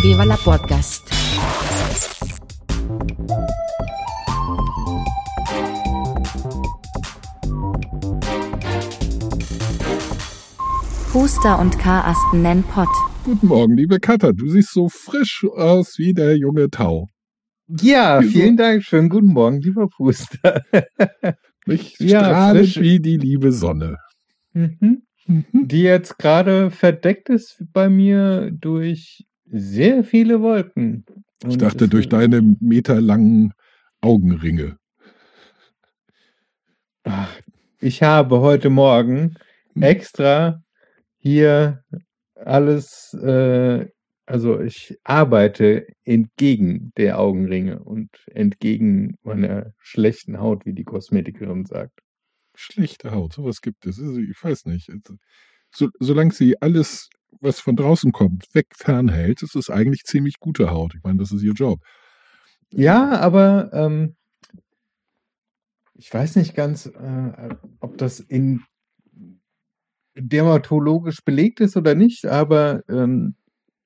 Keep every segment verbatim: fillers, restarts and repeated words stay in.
Viva la Podcast. Puster und Karasten nennen Pott. Guten Morgen, liebe Katha. Du siehst so frisch aus wie der junge Tau. Ja, Wieso? vielen Dank. Schönen guten Morgen, lieber Puster. Nicht Ja, strahlend frisch. wie die liebe Sonne. Mhm. Die jetzt gerade verdeckt ist bei mir durch sehr viele Wolken. Ich Und dachte, es- durch deine meterlangen Augenringe. Ach, Ich habe heute Morgen extra hier alles, äh, also ich arbeite entgegen der Augenringe und entgegen meiner schlechten Haut, wie die Kosmetikerin sagt. Schlechte Haut, sowas gibt es. Also, ich weiß nicht. So, solange sie alles, was von draußen kommt, weg fernhält, ist es eigentlich ziemlich gute Haut. Ich meine, das ist ihr Job. Ja, aber ähm, ich weiß nicht ganz, äh, ob das in dermatologisch belegt ist oder nicht, aber ähm,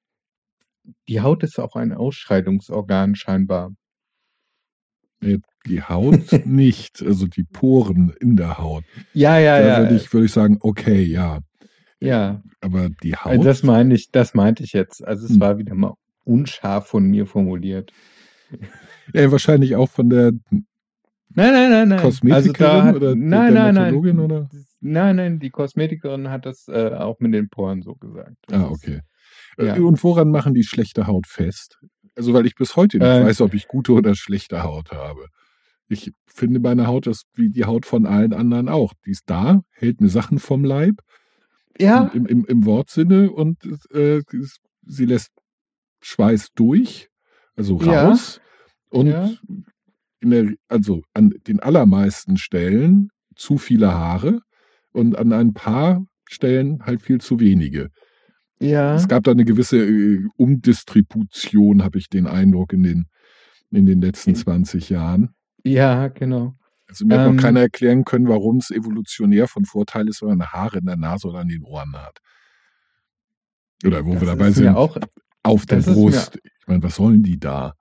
die Haut ist auch ein Ausscheidungsorgan scheinbar. Nee, Die Haut nicht, also die Poren in der Haut. Ja, ja, Da ja. würde ich, würde ich sagen, okay, ja. ja. Aber die Also Haut, das meine ich, das meinte ich jetzt. Also es Hm. war wieder mal unscharf von mir formuliert. ja, wahrscheinlich auch von der Nein, nein, nein, nein. Kosmetikerin also da hat, oder nein, nein, nein. Dermatologin, oder? Nein, nein, die Kosmetikerin hat das äh, auch mit den Poren so gesagt. Das Ah, ist- okay. ja. Äh, Und woran machen die schlechte Haut fest? Also, weil ich bis heute nicht Äh, weiß, ob ich gute oder schlechte Haut habe. Ich finde, meine Haut ist wie die Haut von allen anderen auch. Die ist da, hält mir Sachen vom Leib, Ja, im, im, im Wortsinne, und äh, sie lässt Schweiß durch, also Ja. raus. Und Ja. in der, also an den allermeisten Stellen zu viele Haare und an ein paar Stellen halt viel zu wenige. ja. Es gab da eine gewisse äh, Umdistribution, habe ich den Eindruck, in den, in den letzten zwanzig Jahren. Ja, genau. Also mir hat Ähm, noch keiner erklären können, warum es evolutionär von Vorteil ist, wenn man Haare in der Nase oder an den Ohren hat. Oder wo das wir dabei ist sind, mir auch, auf der das ist mir- Brust. Ich meine, was sollen die da?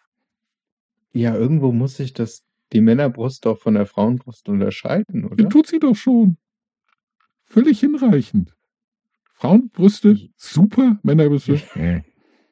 ja, irgendwo muss sich das, die Männerbrust doch von der Frauenbrust unterscheiden, oder? Tut sie doch schon. Völlig hinreichend. Frauenbrüste, super. Männerbrüste, äh.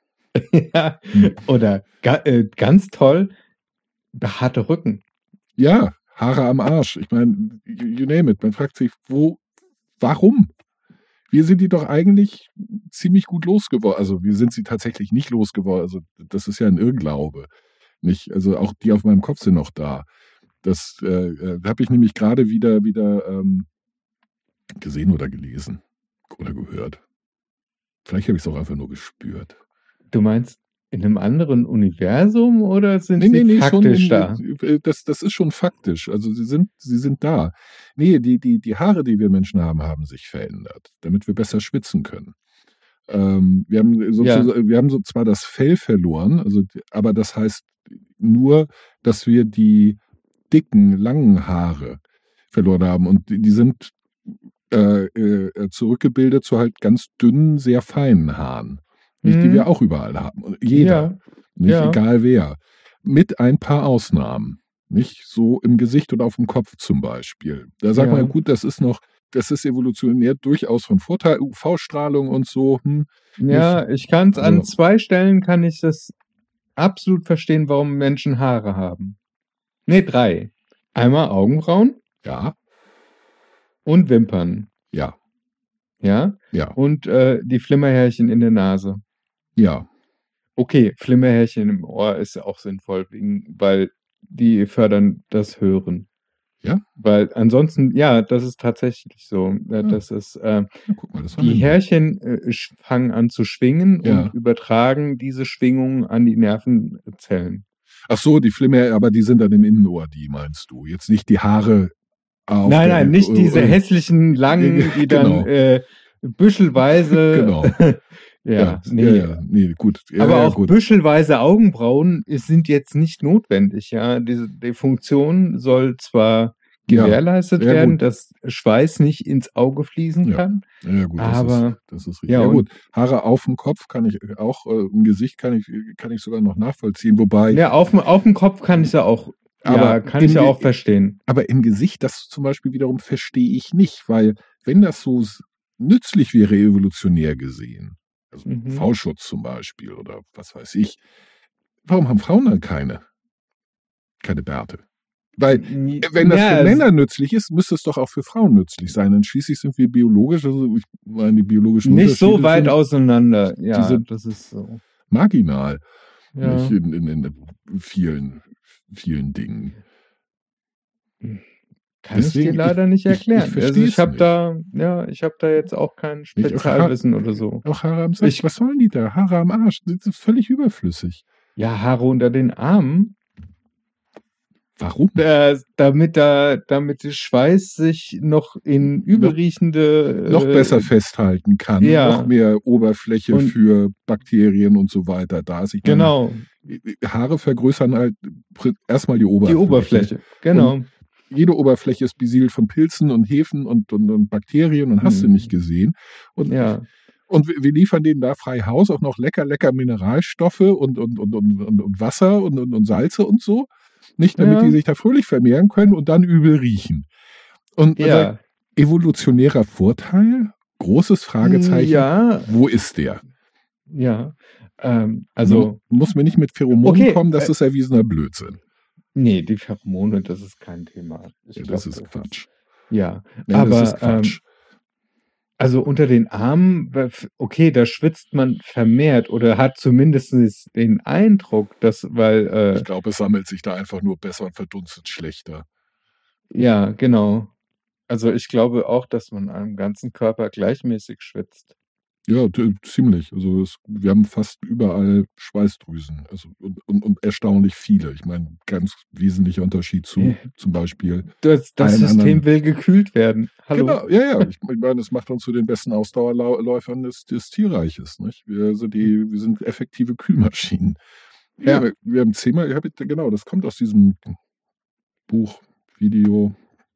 ja. Oder ga, äh, ganz toll, behaarte Rücken. Ja, Haare am Arsch. Ich meine, you, you name it. Man fragt sich, wo, warum? Wir sind die doch eigentlich ziemlich gut losgeworden. Also wir sind sie tatsächlich nicht losgeworden. Also das ist ja ein Irrglaube. Nicht? Also auch die auf meinem Kopf sind noch da. Das äh, äh, habe ich nämlich gerade wieder, wieder ähm, gesehen oder gelesen oder gehört. Vielleicht habe ich es auch einfach nur gespürt. Du meinst in einem anderen Universum oder sind Nee, sie nee, nee, schon faktisch in, da? äh, das, das ist schon faktisch. Also sie sind, sie sind da. Nee, die, die, die Haare, die wir Menschen haben, haben sich verändert, damit wir besser schwitzen können. Ähm, wir haben sozusagen, wir haben so zwar das Fell verloren, also, aber das heißt nur, dass wir die dicken, langen Haare verloren haben. Und die, die sind äh, äh, zurückgebildet zu halt ganz dünnen, sehr feinen Haaren. Nicht, die Mhm. wir auch überall haben. Und jeder. Ja, Nicht Ja. egal wer. Mit ein paar Ausnahmen. Nicht so im Gesicht oder auf dem Kopf zum Beispiel. Da sagt Ja. man, gut, das ist noch, das ist evolutionär durchaus von Vorteil, U V-Strahlung und so. Hm. ja, ich kann es an Also- zwei Stellen kann ich das absolut verstehen, warum Menschen Haare haben. Nee, drei. Einmal Augenbrauen Ja, und Wimpern. ja, Ja. ja, Und äh, die Flimmerhärchen in der Nase. ja. Okay, Flimmerhärchen im Ohr ist auch sinnvoll, wegen, weil die fördern das Hören. Ja? Weil ansonsten, ja, das ist tatsächlich so. Äh, Ja. Das ist, äh, Na, guck mal, das haben die wir. Härchen äh, sch- fangen an zu schwingen Ja. und übertragen diese Schwingungen an die Nervenzellen. Ach so, die Flimmer, aber die sind dann im Innenohr, die meinst du. Jetzt nicht die Haare. Auf Nein, der, nein, nicht diese äh, hässlichen, langen, die Genau. dann äh, büschelweise. Genau. ja, nee. ja, ja, nee, gut. Ja, Aber ja, auch gut. büschelweise Augenbrauen ist- sind jetzt nicht notwendig, ja. Diese, die Funktion soll zwar gewährleistet ja, ja, werden, gut. dass Schweiß nicht ins Auge fließen Ja. kann. Ja, gut, das Aber ist, das ist richtig. ja, Ja, und- gut. Haare auf dem Kopf kann ich auch, äh, im Gesicht kann ich, kann ich sogar noch nachvollziehen, wobei, ja, auf, dem- auf dem Kopf kann ich ja auch, Aber ja, kann ich im ja Ge- auch verstehen. aber im Gesicht, das zum Beispiel wiederum verstehe ich nicht, weil wenn das so s- nützlich wäre, evolutionär gesehen, also Mhm. V-Schutz zum Beispiel oder was weiß ich, warum haben Frauen dann keine, keine Bärte? Weil wenn das Ja, für es- Männer nützlich ist, müsste es doch auch für Frauen nützlich sein. Denn schließlich sind wir biologisch, also ich meine, die biologischen nicht so Unterschiede weit sind auseinander. Ja, sind- das ist so. marginal, Ja. nicht in, in, in vielen, vielen Dingen. Kann ich Deswegen, dir leider nicht ich- ich erklären. also versteh's ich habe nicht. da, ja, ich habe da jetzt auch kein auch Spezialwissen oder so. Auch Haare am Sack, Ich- was sollen die da? Haare am Arsch, das ist völlig überflüssig. Ja, Haare unter den Armen, Warum? äh, damit da, damit der Schweiß sich noch in übelriechende Noch äh, besser festhalten kann, ja. noch mehr Oberfläche Und- für Bakterien und so weiter da ist. Ich meine, Genau, Haare vergrößern halt pr- erstmal die Oberfläche. die Oberfläche. Genau. Jede Oberfläche ist besiedelt von Pilzen und Hefen und, und, und Bakterien und hast Mhm. du nicht gesehen. Und, Ja. und wir wir liefern denen da frei Haus auch noch lecker, lecker Mineralstoffe und, und, und, und, und, und Wasser und, und, und Salze und so. Nicht, damit Ja. die sich da fröhlich vermehren können und dann übel riechen. Und man Ja. sagt, evolutionärer Vorteil? Großes Fragezeichen. Ja, Wo ist der? ja. Ähm, also, Muss mir nicht mit Pheromonen Okay, kommen, das äh, ist erwiesener Blödsinn. nee, die Pheromone, das ist kein Thema. Ich Ja, glaub, das ist Quatsch. Ja, Nee, aber das ist Quatsch. ähm, also unter den Armen, okay, da schwitzt man vermehrt oder hat zumindest den Eindruck, dass, weil, äh, Ich glaube, es sammelt sich da einfach nur besser und verdunstet schlechter. ja, genau. Also ich glaube auch, dass man am ganzen Körper gleichmäßig schwitzt. Ja, t- ziemlich. Also es, wir haben fast überall Schweißdrüsen. Also und, und, und erstaunlich viele. Ich meine, ganz wesentlicher Unterschied zu Ja. zum Beispiel. Das, das Allen System anderen- will gekühlt werden. Hallo. Genau, ja, ja. Ich, ich meine, es macht uns zu den besten Ausdauerläufern des, des Tierreiches. Nicht? Wir sind die, wir sind effektive Kühlmaschinen. Ja, Ja. wir, wir haben zehnmal, ich hab, genau, das kommt aus diesem Buch, Video,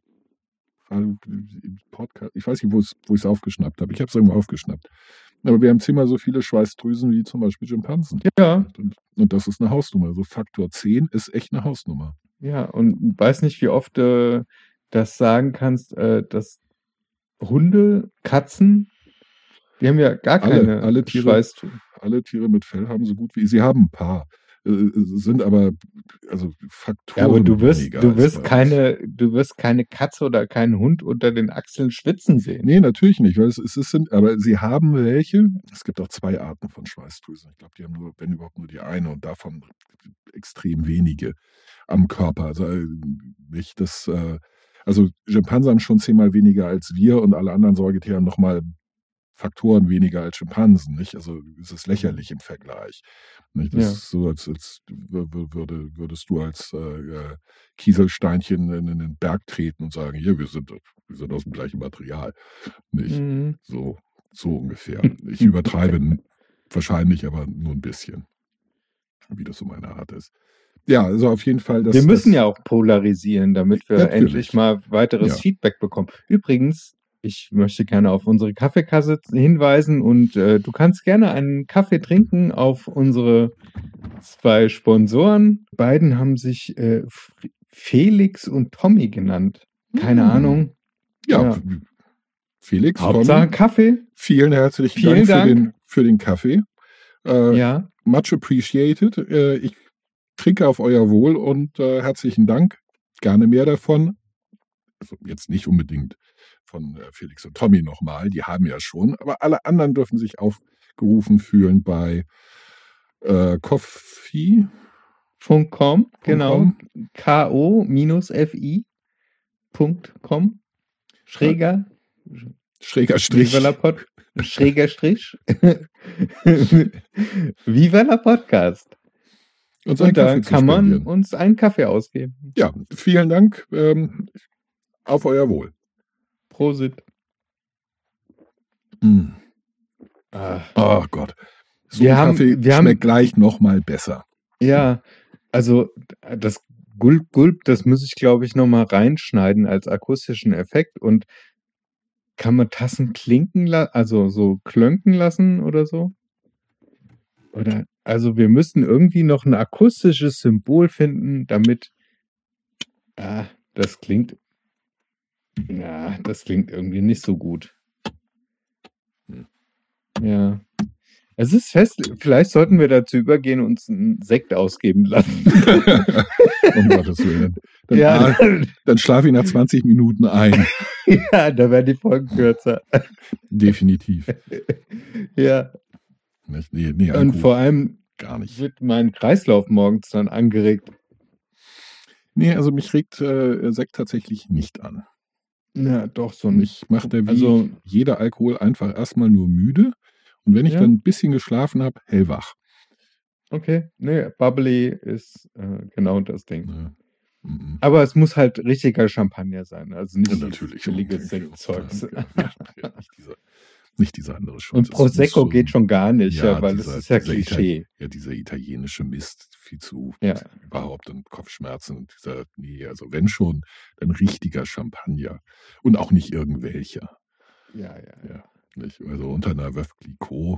Podcast. Ich weiß nicht, wo es- wo ich es aufgeschnappt habe. Ich habe es irgendwo aufgeschnappt. Aber wir haben zehnmal so viele Schweißdrüsen wie zum Beispiel Schimpansen. Ja, Und, und das ist eine Hausnummer. Also Faktor zehn ist echt eine Hausnummer. ja, und weiß nicht, wie oft du das sagen kannst, äh, dass Hunde, Katzen, die haben ja gar Alle- keine alle Tiere- Schweißdrüsen. Alle Tiere mit Fell haben so gut wie, sie haben ein paar, äh, sind aber also Faktoren. Ja, aber du wirst, weniger du als wirst bei uns. keine, du wirst keine Katze oder keinen Hund unter den Achseln schwitzen sehen. Nee, natürlich nicht, weil es, es ist, sind, aber sie haben welche. Es gibt auch zwei Arten von Schweißdrüsen. Ich glaube, die haben nur, wenn überhaupt nur die eine und davon extrem wenige am Körper. Also äh, nicht das, äh, also Schimpansen haben schon zehnmal weniger als wir und alle anderen Säugetiere haben nochmal Faktoren weniger als Schimpansen, nicht? Also es ist lächerlich im Vergleich. Nicht? Das Ja. ist so, als, als wür- wür- würde, würdest du als äh, äh, Kieselsteinchen in, in den Berg treten und sagen, hier, wir sind, wir sind aus dem gleichen Material. Nicht? Mhm. So, so ungefähr. Ich übertreibe n- wahrscheinlich, aber nur ein bisschen. Wie das so meine Art ist. Ja, also auf jeden Fall. Das, Wir müssen das, ja auch polarisieren, damit wir Natürlich. endlich mal weiteres Ja. Feedback bekommen. Übrigens, ich möchte gerne auf unsere Kaffeekasse hinweisen und äh, du kannst gerne einen Kaffee trinken auf unsere zwei Sponsoren. Beiden haben sich äh, F- Felix und Tommy genannt. Keine Hm. Ahnung. Ja, ja. Felix, Hauptsache Tommy, Kaffee. vielen herzlichen Vielen Dank, Dank. Für, den, für den Kaffee. Äh, Ja. Much appreciated. Äh, ich trinke auf euer Wohl und äh, herzlichen Dank. Gerne mehr davon. Also jetzt nicht unbedingt von äh, Felix und Tommy nochmal, die haben ja schon, aber alle anderen dürfen sich aufgerufen fühlen bei äh, Coffee. Punkt .com, genau. com. K O F I Punkt com. Schräger. Schräger Strich. Viva la Pod Schräger Strich. Viva la Podcast. Und seinen Und da Kaffee zu kann man spendieren. uns einen Kaffee ausgeben. Ja, vielen Dank. Ähm, auf euer Wohl. Prosit. Mm. Ah, Oh Gott. So Wir ein haben- Kaffee wir haben- schmeckt gleich nochmal besser. ja, also das Gulp, Gulp, das muss ich, glaube ich, nochmal reinschneiden als akustischen Effekt. Und kann man Tassen klinken lassen, also so klönken lassen oder so? Oder, also wir müssen irgendwie noch ein akustisches Symbol finden, damit, ah, das klingt, ja, das klingt irgendwie nicht so gut. Ja. Es ist fest, vielleicht sollten wir dazu übergehen, uns einen Sekt ausgeben lassen. Um Gottes Willen. Dann, Ja. ah, dann schlafe ich nach zwanzig Minuten ein. Ja, da werden die Folgen kürzer. Definitiv. Ja. Nicht, nee, nee, Und Alkohol vor allem gar nicht. wird mein Kreislauf morgens dann angeregt. Nee, also mich regt äh, Sekt tatsächlich nicht an. Ja, doch, so ein. Mich macht der wie Also, jeder Alkohol einfach erstmal nur müde. Und wenn ich Ja. dann ein bisschen geschlafen habe, hellwach. okay. Nee, Bubbly ist äh, genau das Ding. Nee. Mhm. Aber es muss halt richtiger Champagner sein. Also nicht Ja, dieses natürlich. billiges Ja, Sektzeugs. ja, ja, nicht, dieser, nicht dieser andere Schutz. Und Es muss Prosecco so- geht schon gar nicht, ja, Ja, weil dieser- das ist ja dieser Klischee. Ja, dieser italienische Mist, viel zu Ja. überhaupt und Kopfschmerzen und dieser, nee, also wenn schon, dann richtiger Champagner. Und auch nicht irgendwelcher. Ja, ja, Ja, nicht? Also unter einer Veuve Clicquot.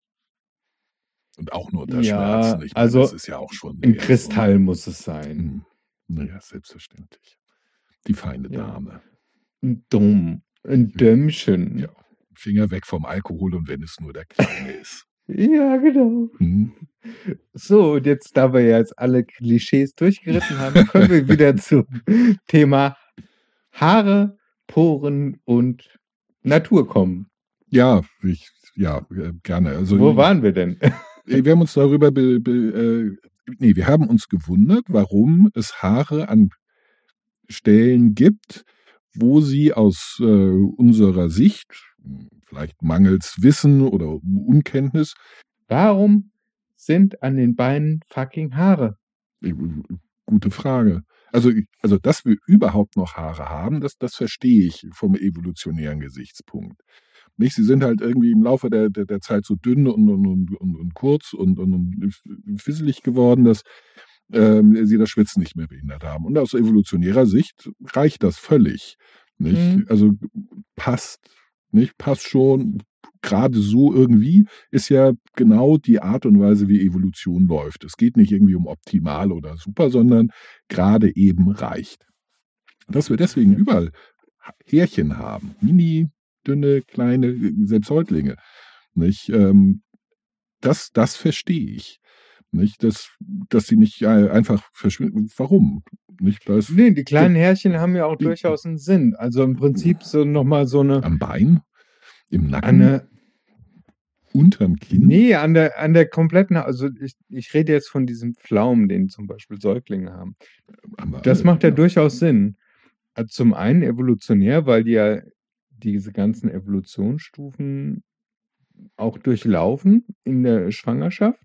Und auch nur unter Ja, Schmerzen. Ich meine, also das ist ja auch schon. Ein nee, also- Kristall muss es sein. Hm. Naja, selbstverständlich. Die feine Ja. Dame. Ein Dumm. Ein Dämmchen. Ja. Finger weg vom Alkohol und wenn es nur der kleine ist. Ja, genau. Hm? So, und jetzt, da wir ja jetzt alle Klischees durchgeritten haben, kommen wir wieder zum Thema Haare, Poren und Natur kommen. Ja, ich, ja, äh, gerne. Also, Wo waren wir denn? Wir haben uns darüber, be, be, äh, nee, wir haben uns gewundert, warum es Haare an Stellen gibt, wo sie aus äh, unserer Sicht, vielleicht mangels Wissen oder Unkenntnis, Warum sind an den Beinen fucking Haare? äh, gute Frage. Also, also, dass wir überhaupt noch Haare haben, das, das verstehe ich vom evolutionären Gesichtspunkt. Nicht? Sie sind halt irgendwie im Laufe der, der, der Zeit so dünn und, und, und, und, und kurz und, und, und fisselig geworden, dass ähm, sie das Schwitzen nicht mehr behindert haben. Und aus evolutionärer Sicht reicht das völlig. Nicht? Mhm. Also passt, nicht? Passt schon. Gerade so irgendwie ist ja genau die Art und Weise, wie Evolution läuft. Es geht nicht irgendwie um optimal oder super, sondern gerade eben reicht. Dass wir deswegen überall Härchen haben, mini, dünne, kleine, selbst Säuglinge, nicht? Ähm, das, das verstehe ich. Nicht? Dass, dass sie nicht äh, einfach verschwinden. Warum? Nicht? Da ist Nee, die kleinen Härchen haben ja auch durchaus einen Sinn. Also im Prinzip so nochmal so eine, am Bein, im Nacken, eine unterm Kinn. Nee, an der, an der kompletten, also ich, ich rede jetzt von diesem Pflaumen, den zum Beispiel Säuglinge haben. Aber, Das macht ja ja. durchaus Sinn. Also zum einen evolutionär, weil die ja diese ganzen Evolutionsstufen auch durchlaufen in der Schwangerschaft.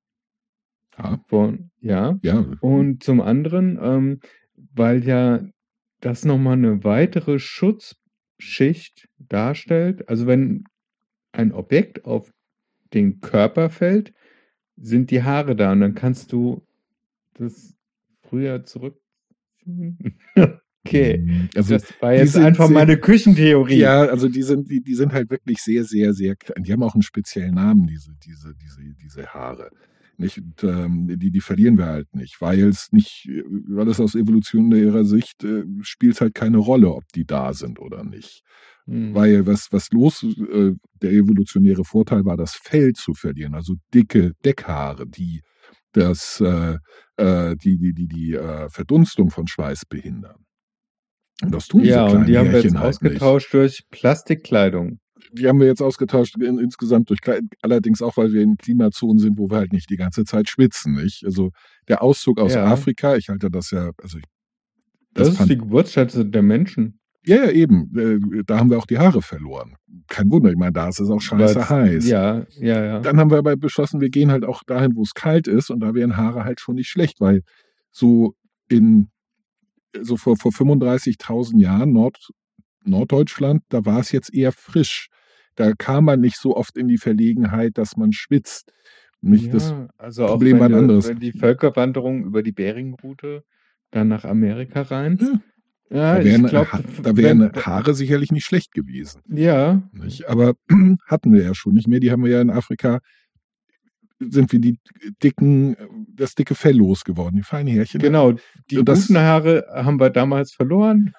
Ja, Von, ja. ja. Und zum anderen, ähm, weil ja das nochmal eine weitere Schutzschicht darstellt. Also wenn ein Objekt auf den Körper fällt, sind die Haare da und dann kannst du das früher zurückziehen. Okay, Also, das war die jetzt sind einfach sehr- meine Küchentheorie. ja, also die sind, die, die sind halt wirklich sehr, sehr, sehr klein. Die haben auch einen speziellen Namen, diese, diese, diese, diese Haare. Nicht? Und, ähm, die, die verlieren wir halt nicht, weil es nicht, weil es aus evolutionärer Sicht äh, spielt es halt keine Rolle, ob die da sind oder nicht. Hm. Weil was, was los, äh, der evolutionäre Vorteil war, das Fell zu verlieren, also dicke Deckhaare, die das, äh, äh, die, die, die, die äh, Verdunstung von Schweiß behindern. Und das tun diese Ja, kleinen und die haben wir jetzt Härchen halt nicht. ausgetauscht durch Plastikkleidung. Die haben wir jetzt ausgetauscht in, insgesamt durch Kleid- allerdings auch, weil wir in Klimazonen sind, wo wir halt nicht die ganze Zeit schwitzen, nicht? Also der Auszug aus Ja. Afrika, ich halte das ja, also ich, Das, das, ist fand, die Geburtsstätte der Menschen. ja, ja, eben, äh, da haben wir auch die Haare verloren. Kein Wunder, ich meine, da ist es auch scheiße Weil's- heiß. Ja, ja, ja. Dann haben wir aber beschlossen, wir gehen halt auch dahin, wo es kalt ist und da wären Haare halt schon nicht schlecht, weil so in, so vor, vor fünfunddreißigtausend Jahren Nord, Norddeutschland, da war es jetzt eher frisch. Da kam man nicht so oft in die Verlegenheit, dass man schwitzt. Nicht ja, das also auch Problem wenn, war ein du, anderes. wenn die Völkerwanderung über die Beringroute dann nach Amerika rein. Ja. Ja, Da wären, ich glaube, Ha- da wären Haare sicherlich nicht schlecht gewesen. ja, Nicht? Aber hatten wir ja schon nicht mehr. Die haben wir ja in Afrika, sind wir die dicken, das dicke Fell losgeworden, die feinen Härchen. genau. Die Und das- guten Haare haben wir damals verloren.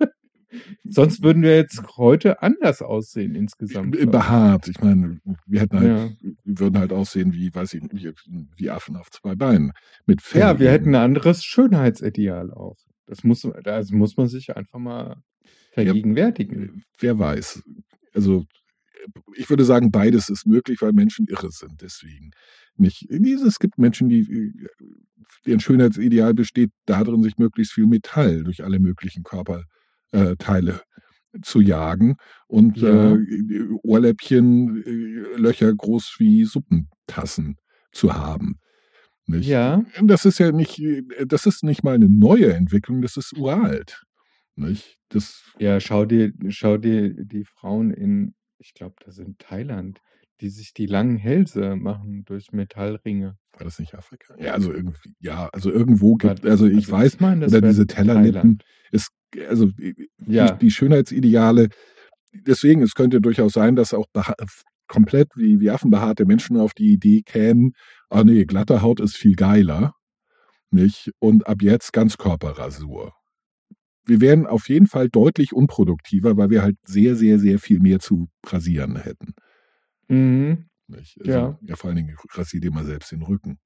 Sonst würden wir jetzt heute anders aussehen insgesamt. glaub ich. Behaart. Ich meine, wir hätten halt, Ja. wir würden halt aussehen wie, weiß ich nicht, wie, wie Affen auf zwei Beinen. Mit Fell. Ja, wir eben. hätten ein anderes Schönheitsideal auch. Das muss, das muss man sich einfach mal vergegenwärtigen. Wer weiß. Also, ich würde sagen, beides ist möglich, weil Menschen irre sind. Deswegen nicht. Es gibt Menschen, die, deren Schönheitsideal besteht darin, sich möglichst viel Metall durch alle möglichen Körperteile zu jagen und Ja. äh, Ohrläppchen, äh, Löcher groß wie Suppentassen zu haben. Nicht? Ja. Das ist ja nicht, das ist nicht mal eine neue Entwicklung, das ist uralt. Nicht? Das, Ja, schau dir, schau dir die Frauen in, ich glaube, das in Thailand, die sich die langen Hälse machen durch Metallringe. war das nicht Afrika? Ja, also irgendwie, ja, also irgendwo gibt, War- also ich also weiß, ich meine, das oder wär diese Tellerlippen, Thailand. ist, also die, Ja. die Schönheitsideale, deswegen, es könnte durchaus sein, dass auch beha- komplett wie, wie affenbehaarte Menschen auf die Idee kämen, ah nee, glatte Haut ist viel geiler, nicht? Und ab jetzt Ganzkörperrasur. Wir wären auf jeden Fall deutlich unproduktiver, weil wir halt sehr, sehr, sehr viel mehr zu rasieren hätten. Mhm. Nicht? Also, Ja. ja, vor allen Dingen rasier dir mal selbst den Rücken.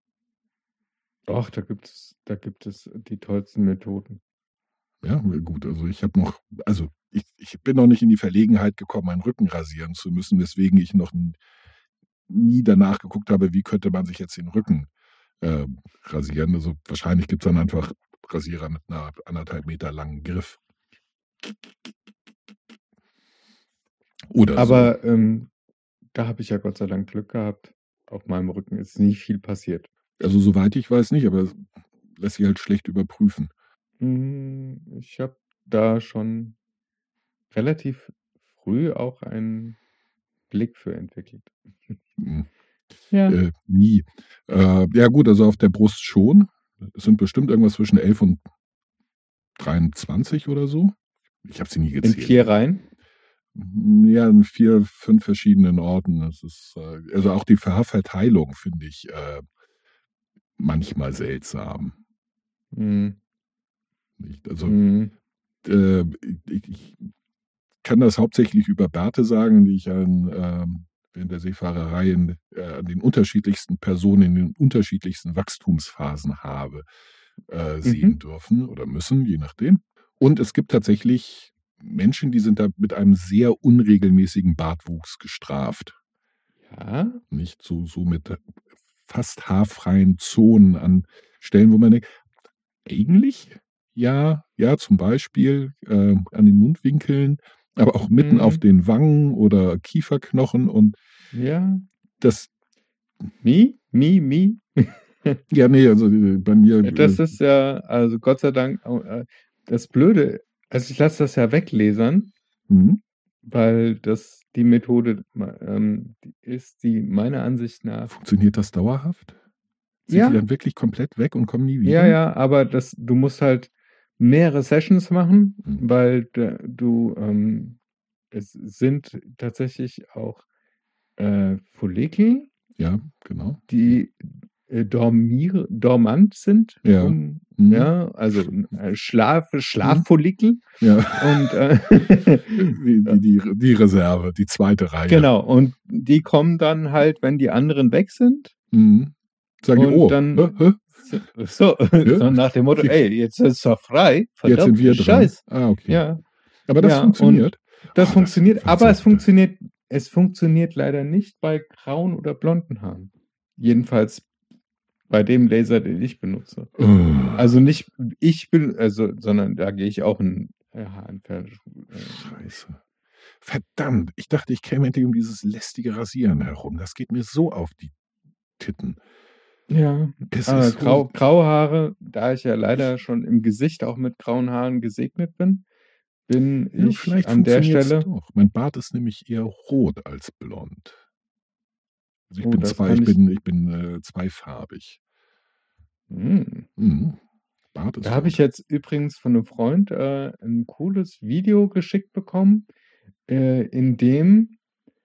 Ach, da gibt es, da gibt es die tollsten Methoden. Ja, gut, also ich habe noch, also ich, ich bin noch nicht in die Verlegenheit gekommen, meinen Rücken rasieren zu müssen, weswegen ich noch n- nie danach geguckt habe, wie könnte man sich jetzt den Rücken äh, rasieren. Also wahrscheinlich gibt es dann einfach Rasierer mit einer anderthalb Meter langen Griff. Oder Aber ähm, da habe ich ja Gott sei Dank Glück gehabt. Auf meinem Rücken ist nie viel passiert. so. Also soweit ich weiß nicht, aber es lässt sich halt schlecht überprüfen. Mm, Ich habe da schon relativ früh auch einen Blick für entwickelt. Hm. Ja. Äh, nie. Äh, ja gut, also auf der Brust schon. Es sind bestimmt irgendwas zwischen elf und dreiundzwanzig oder so. Ich habe sie nie In gezählt. vier Reihen? Ja, in vier, fünf verschiedenen Orten. Das ist, äh, also auch die Haarverteilung finde ich äh, manchmal seltsam. Mhm. Nicht? Also Mhm. äh, ich, ich kann das hauptsächlich über Bärte sagen, die ich an, ähm, während der Seefahrerei in, äh, an den unterschiedlichsten Personen in den unterschiedlichsten Wachstumsphasen habe äh, sehen Mhm. dürfen oder müssen, je nachdem. Und es gibt tatsächlich Menschen, die sind da mit einem sehr unregelmäßigen Bartwuchs gestraft. Ja. Nicht so, so mit fast haarfreien Zonen an Stellen, wo man denkt, eigentlich, ja, ja, zum Beispiel äh, an den Mundwinkeln, aber auch mitten Mhm. auf den Wangen oder Kieferknochen und Ja. das, Mi, mi, mi. ja, nee, also äh, bei mir, Das äh, ist ja, also Gott sei Dank, äh, das Blöde, also ich lasse das ja weglesern, hm, weil das die Methode ähm, die ist, die meiner Ansicht nach, funktioniert das dauerhaft? Sind Ja. die dann wirklich komplett weg und kommen nie wieder? ja, ja, aber das, du musst halt mehrere Sessions machen, Mhm. weil da, du, ähm, es sind tatsächlich auch äh, Follikel, Ja, genau. die äh, dormier, dormant sind. Ja. Um, Mhm. ja, also äh, Schlaf, Schlaffollikel. Ja. Und äh, Die, die, die, die Reserve, die zweite Reihe. genau, und die kommen dann halt, wenn die anderen weg sind. Mhm. Sagen die, Und oh, dann- hä, hä? So, so nach dem Motto, ey, jetzt ist es doch frei. Jetzt sind wir dran. Scheiß. Ah, okay. Ja, Aber das ja, funktioniert. das Ah, das funktioniert, aber es Verzerrte. funktioniert, es funktioniert leider nicht bei grauen oder blonden Haaren. Jedenfalls bei dem Laser, den ich benutze. Oh. Also nicht ich bin, also, sondern da gehe ich auch in äh, Haarentfernung. Äh, Scheiße. Verdammt, ich dachte, ich käme endlich um dieses lästige Rasieren herum. Das geht mir so auf die Titten. ja, Es äh, ist so- grau, graue Haare, da ich ja leider schon im Gesicht auch mit grauen Haaren gesegnet bin, bin Ja, ich vielleicht an der funktioniert's Stelle. Doch. Mein Bart ist nämlich eher rot als blond. Also ich Oh, bin, das zwei, kann ich ich- bin, ich bin äh, zweifarbig. Hm, Mhm. Bart ist Da habe ich jetzt übrigens von einem Freund äh, ein cooles Video geschickt bekommen, äh, in dem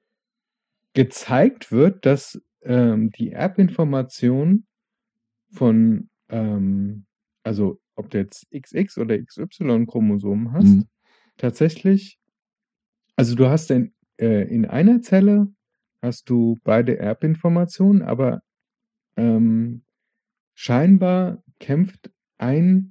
gezeigt wird, dass ähm, die Erbinformation von, ähm, also ob du jetzt X X oder X Y-Chromosomen hast, Mhm. tatsächlich, also du hast in, äh, in einer Zelle hast du beide Erbinformationen, aber ähm, scheinbar kämpft ein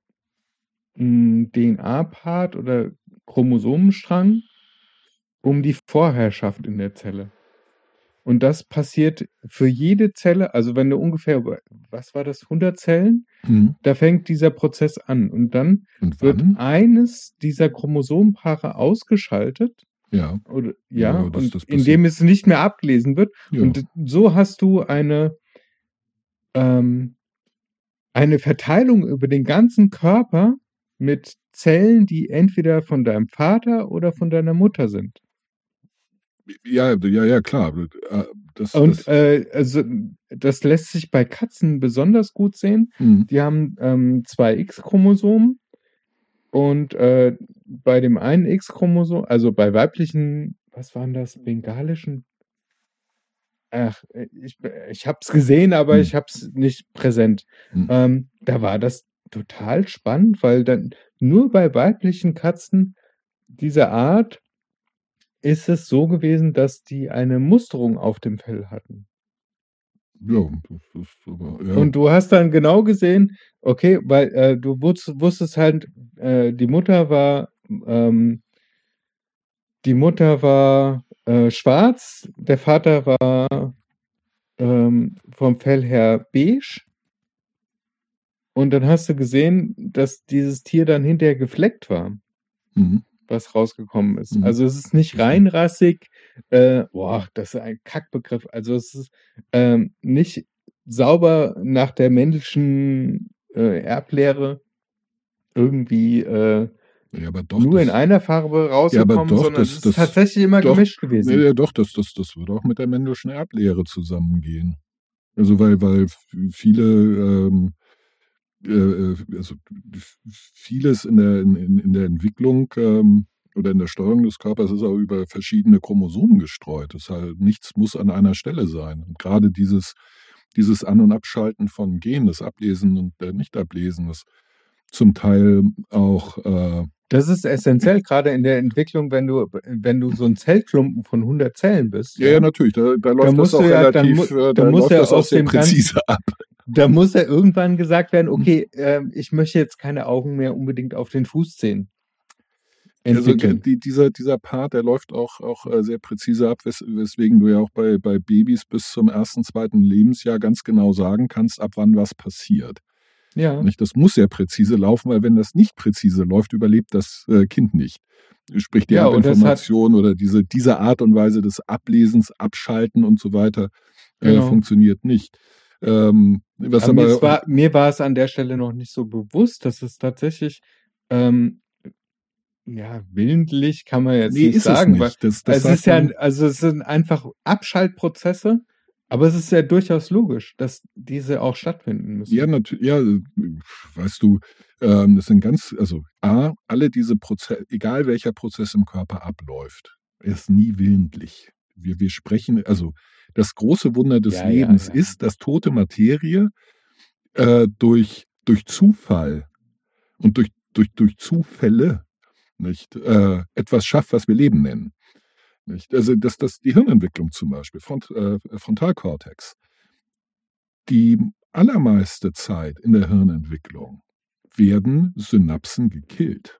mh, D N A-Part oder Chromosomenstrang um die Vorherrschaft in der Zelle. Und das passiert für jede Zelle, also wenn du ungefähr, über- was war das, hundert Zellen, Mhm. da fängt dieser Prozess an. Und dann Und wird wann? eines dieser Chromosomenpaare ausgeschaltet, Ja. oder, ja, Ja, das- und das indem es nicht mehr abgelesen wird. Ja. Und so hast du eine, ähm, eine Verteilung über den ganzen Körper mit Zellen, die entweder von deinem Vater oder von deiner Mutter sind. Ja, ja, ja, klar. Äh, Das, Und das, äh, also das lässt sich bei Katzen besonders gut sehen. Mhm. Die haben ähm, zwei X-Chromosomen und äh, bei dem einen X-Chromosom, also bei weiblichen, was waren das, bengalischen? Ach, ich, ich habe es gesehen, aber Hm. ich habe es nicht präsent. Hm. Ähm, da war das total spannend, weil dann nur bei weiblichen Katzen dieser Art ist es so gewesen, dass die eine Musterung auf dem Fell hatten. Ja, das ist aber, ja. Und du hast dann genau gesehen, okay, weil äh, du wusst, wusstest halt, äh, die Mutter war, ähm, die Mutter war äh, schwarz, der Vater war ähm, vom Fell her beige. Und dann hast du gesehen, dass dieses Tier dann hinterher gefleckt war, Mhm. was rausgekommen ist. Mhm. Also es ist nicht reinrassig, äh, boah, das ist ein Kackbegriff. Also es ist ähm, nicht sauber nach der männlichen äh, Erblehre irgendwie äh, Ja, aber doch, nur das, in einer Farbe rausgekommen, doch, sondern das- es ist das- tatsächlich immer doch, gemischt gewesen. Ja, ja, doch, das, das, das würde auch mit der männlichen Erblehre zusammengehen. Also weil, weil viele, ähm, äh, also vieles in der, in, in der Entwicklung ähm, oder in der Steuerung des Körpers ist auch über verschiedene Chromosomen gestreut. Das heißt, nichts muss an einer Stelle sein. Und gerade dieses, dieses An- und Abschalten von Genen, das Ablesen und äh, Nicht-Ablesen, das zum Teil auch äh, Das ist essentiell, gerade in der Entwicklung, wenn du, wenn du so ein Zellklumpen von hundert Zellen bist. Ja, ja, natürlich. Da, da läuft das musst auch du ja- dann relativ, mu- äh, dann da muss läuft ja das auch aus sehr dem ganzen- präzise ab. Da muss ja irgendwann gesagt werden, okay, ähm, ich möchte jetzt keine Augen mehr unbedingt auf den Fußzehen Also entwickeln. die, dieser, dieser Part, der läuft auch, auch äh, sehr präzise ab, wes weswegen du ja auch bei, bei Babys bis zum ersten, zweiten Lebensjahr ganz genau sagen kannst, ab wann was passiert. Ja, Nicht? Das muss sehr präzise laufen, weil wenn das nicht präzise läuft, überlebt das äh, Kind nicht. Sprich, die Ja, und das Erbinformation oder diese, diese Art und Weise des Ablesens, Abschalten und so weiter äh, Genau. funktioniert nicht. Ähm, was aber mir, aber, es war, mir war es an der Stelle noch nicht so bewusst, dass es tatsächlich, ähm, ja, willentlich kann man jetzt nee, nicht ist sagen, es weil nicht. Das, das es sagt ist ja, man- also es sind einfach Abschaltprozesse, aber es ist ja durchaus logisch, dass diese auch stattfinden müssen. Ja, natürlich, ja, äh, weißt du, ähm, das sind ganz, also A, alle diese Prozesse, egal welcher Prozess im Körper abläuft, ist nie willentlich. Wir, wir sprechen, also das große Wunder des Ja, ja, Lebens ja. ist, dass tote Materie äh, durch, durch Zufall und durch, durch, durch Zufälle nicht, äh, etwas schafft, was wir Leben nennen. Nicht? Also dass das die Hirnentwicklung zum Beispiel, Front, äh, Frontalkortex, die allermeiste Zeit in der Hirnentwicklung werden Synapsen gekillt,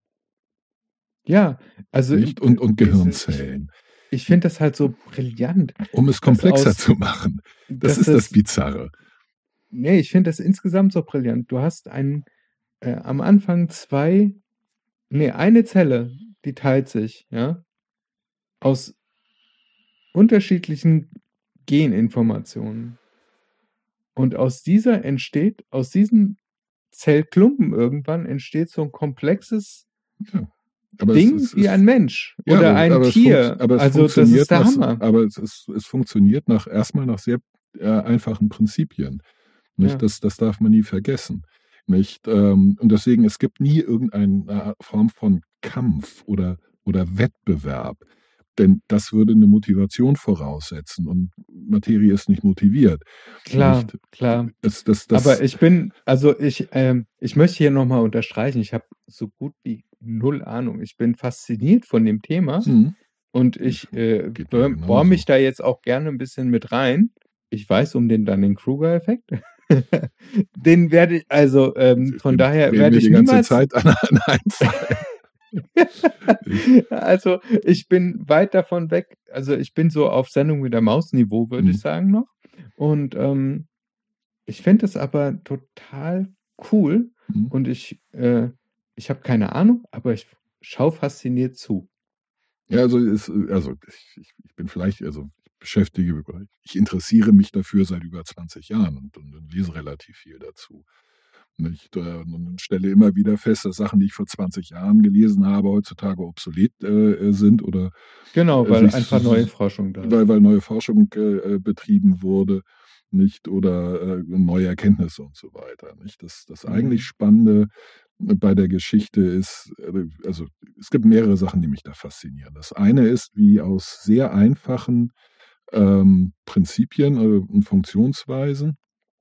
Ja, also nicht? Und, und diese- Gehirnzellen, Ich, ich finde das halt so brillant. um es komplexer aus- zu machen. Das dass ist das Bizarre. Nee, ich finde das insgesamt so brillant. Du hast einen, äh, am Anfang zwei, nee, eine Zelle, die teilt sich, ja, aus unterschiedlichen Geninformationen. Und aus dieser entsteht, aus diesen Zellklumpen irgendwann entsteht so ein komplexes Aber Ding es, es, wie es, ein Mensch ja, oder aber- ein aber es Tier. funkt- aber es Also das funktioniert ist der nach, Hammer. Aber es, ist, es funktioniert nach erstmal nach sehr äh, einfachen Prinzipien. Nicht? Ja. Das, das darf man nie vergessen. Nicht? Ähm, und deswegen, es gibt nie irgendeine Form von Kampf oder, oder Wettbewerb. Denn das würde eine Motivation voraussetzen und Materie ist nicht motiviert. Klar, Nicht? klar. Das, das, das, Aber ich bin, also ich, ähm, ich möchte hier nochmal unterstreichen, ich habe so gut wie null Ahnung. Ich bin fasziniert von dem Thema Mhm. und ich äh, Geht mir bohr genauso. mich da jetzt auch gerne ein bisschen mit rein. Ich weiß um den Dunning-Kruger-Effekt. Den werde ich, also ähm, von Dem daher werden werde wir ich die ganze niemals. Zeit an, an einfallen. Also ich bin weit davon weg. Also ich bin so auf Sendung mit der Maus-Niveau, würde Mhm. ich sagen noch. Und ähm, ich finde es aber total cool Mhm. und ich, äh, ich habe keine Ahnung, aber ich schaue fasziniert zu. Ja, also, ist, also ich, ich bin vielleicht, also ich beschäftige, ich interessiere mich dafür seit über zwanzig Jahren und, und, und lese relativ viel dazu. Nicht? Und stelle immer wieder fest, dass Sachen, die ich vor zwanzig Jahren gelesen habe, heutzutage obsolet äh, sind oder Genau, äh, weil sich, einfach neue Forschung da ist. weil, weil neue Forschung äh, betrieben wurde, nicht oder äh, neue Erkenntnisse und so weiter. Nicht? Das, das Mhm. eigentlich Spannende bei der Geschichte ist, also es gibt mehrere Sachen, die mich da faszinieren. Das eine ist, wie aus sehr einfachen ähm, Prinzipien äh, und Funktionsweisen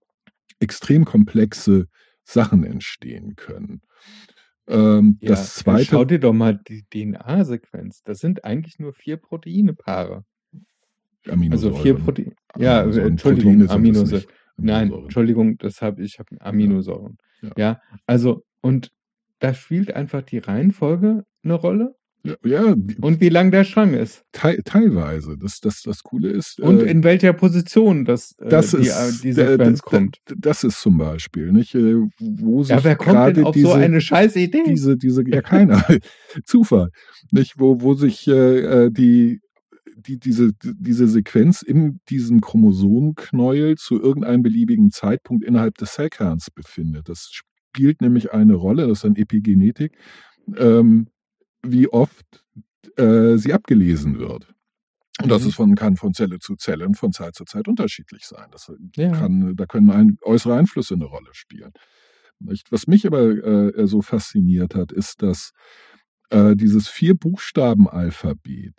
extrem komplexe Sachen entstehen können. Ähm, Ja, das zweite. schau dir doch mal die D N A-Sequenz. Das sind eigentlich nur vier Proteinepaare. Aminosäuren. Also vier Proteine. Ja, Aminosäuren. Entschuldigung, Proteine sind es Aminosäuren. nicht. Nein, Aminosäuren. Entschuldigung, das habe ich habe Aminosäuren. Ja. Ja, also und da spielt einfach die Reihenfolge eine Rolle Ja, ja, die- und wie lang der Strang ist te teilweise. Das, das, das Coole ist. und äh, in welcher Position das, äh, Das die, ist, die d- Sequenz d- kommt. d- Das ist zum Beispiel, nicht, äh, wo sich Ja, wer kommt denn gerade auf diese, so eine scheiß Idee? diese, diese, ja keiner, Zufall, nicht, wo, wo sich äh, äh, die, die, diese, diese Sequenz in diesem Chromosomenknäuel zu irgendeinem beliebigen Zeitpunkt innerhalb des Zellkerns befindet. Das spielt nämlich eine Rolle, das ist dann Epigenetik, ähm, wie oft äh, sie abgelesen wird. Und das Mhm. ist von, kann von Zelle zu Zelle und von Zeit zu Zeit unterschiedlich sein. Das Ja. kann, da können ein, äußere Einflüsse eine Rolle spielen. Nicht? Was mich aber äh, so fasziniert hat, ist, dass äh, dieses Vier-Buchstaben-Alphabet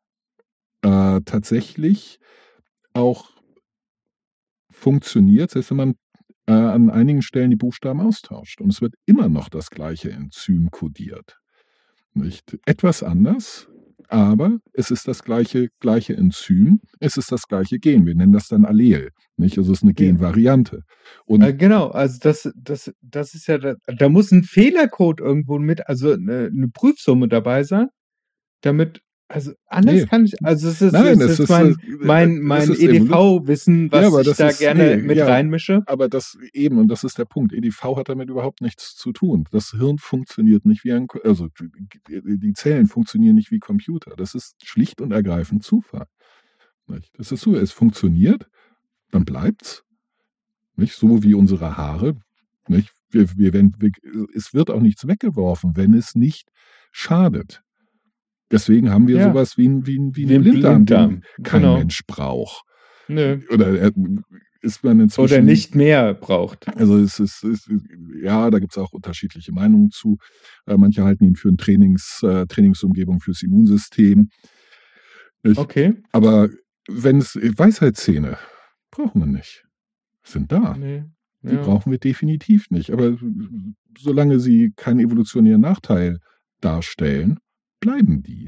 äh, tatsächlich auch funktioniert, selbst wenn man äh, an einigen Stellen die Buchstaben austauscht. Und es wird immer noch das gleiche Enzym kodiert. Nicht? Etwas anders, aber es ist das gleiche, gleiche Enzym, es ist das gleiche Gen. Wir nennen das dann Allel. Nicht? Also es ist eine Ja. Genvariante. Und Äh, genau, also das, das, das ist ja, da, da muss ein Fehlercode irgendwo mit, also eine, eine Prüfsumme dabei sein, damit, also anders Nee. kann ich, also es ist, Nein, es es ist ist, mein, äh, mein, es mein ist E D V-Wissen, was Ja, aber ich das da ist- gerne nee, mit ja. reinmische. aber das eben, und das ist der Punkt, E D V hat damit überhaupt nichts zu tun. Das Hirn funktioniert nicht wie ein, Ko- also die Zellen funktionieren nicht wie Computer. Das ist schlicht und ergreifend Zufall. Nicht? Das ist so, es funktioniert, dann bleibt's. Nicht? So wie unsere Haare. Nicht? Wir, wir, wenn, wir, es wird auch nichts weggeworfen, wenn es nicht schadet. Deswegen haben wir Ja. sowas wie ein, wie ein, wie ein Wie ein Blinddarm, Blinddarm, den kein genau. Mensch braucht. Nö. Oder äh, ist man inzwischen... Oder nicht mehr braucht. Also es ist, es ist ja, da gibt es auch unterschiedliche Meinungen zu. Äh, manche halten ihn für eine Trainings, äh, Trainingsumgebung fürs Immunsystem. Nicht? Okay. Aber wenn es Weisheitszähne brauchen wir nicht. Sind da. Nee. Die Ja. brauchen wir definitiv nicht. Aber solange sie keinen evolutionären Nachteil darstellen, bleiben die.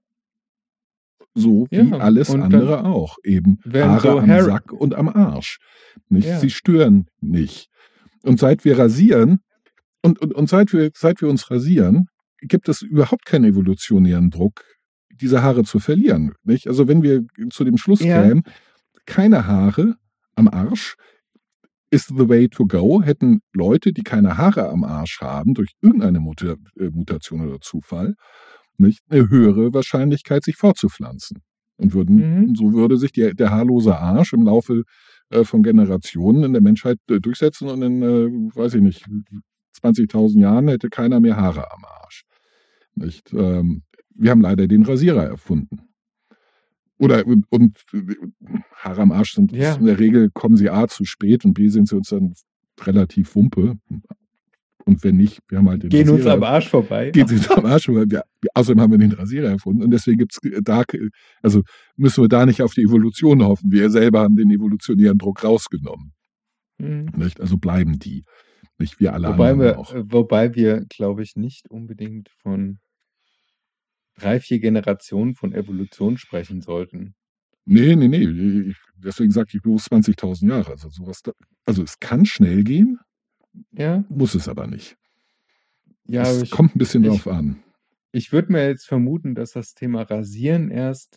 So wie Ja, alles und andere dann auch. Eben werden Haare so am Hair- Sack und am Arsch. Nicht? Ja. Sie stören nicht. Und seit wir rasieren, und, und, und seit, wir, seit wir uns rasieren, gibt es überhaupt keinen evolutionären Druck, diese Haare zu verlieren. Nicht? Also wenn wir zu dem Schluss Ja. kämen, keine Haare am Arsch ist the way to go, hätten Leute, die keine Haare am Arsch haben, durch irgendeine Muta äh, Mutation oder Zufall, nicht, eine höhere Wahrscheinlichkeit, sich fortzupflanzen. Und würden, Mhm. so würde sich die, der haarlose Arsch im Laufe äh, von Generationen in der Menschheit äh, durchsetzen und in, äh, weiß ich nicht, zwanzigtausend Jahren hätte keiner mehr Haare am Arsch. Nicht? Ähm, wir haben leider den Rasierer erfunden. Oder und, und Haare am Arsch sind Ja. in der Regel, kommen sie A zu spät und B sind sie uns dann relativ Wumpe. Und wenn nicht, wir haben halt den Gehen uns Rasierer. am Arsch vorbei. Geht uns am Arsch vorbei. Wir, außerdem haben wir den Rasierer erfunden. Und deswegen gibt's da, also müssen wir da nicht auf die Evolution hoffen. Wir selber haben den evolutionären Druck rausgenommen. Mhm. Nicht? Also bleiben die. Nicht wir alle Wobei anderen wir, auch. wobei wir, glaube ich, nicht unbedingt von drei, vier Generationen von Evolution sprechen sollten. Nee, nee, nee. Ich, deswegen sage ich bewusst zwanzigtausend Jahre. Also sowas da, also es kann schnell gehen, Ja, muss es aber nicht. ja, Es aber ich, kommt ein bisschen ich, drauf an. ich würde mir jetzt vermuten, dass das Thema Rasieren erst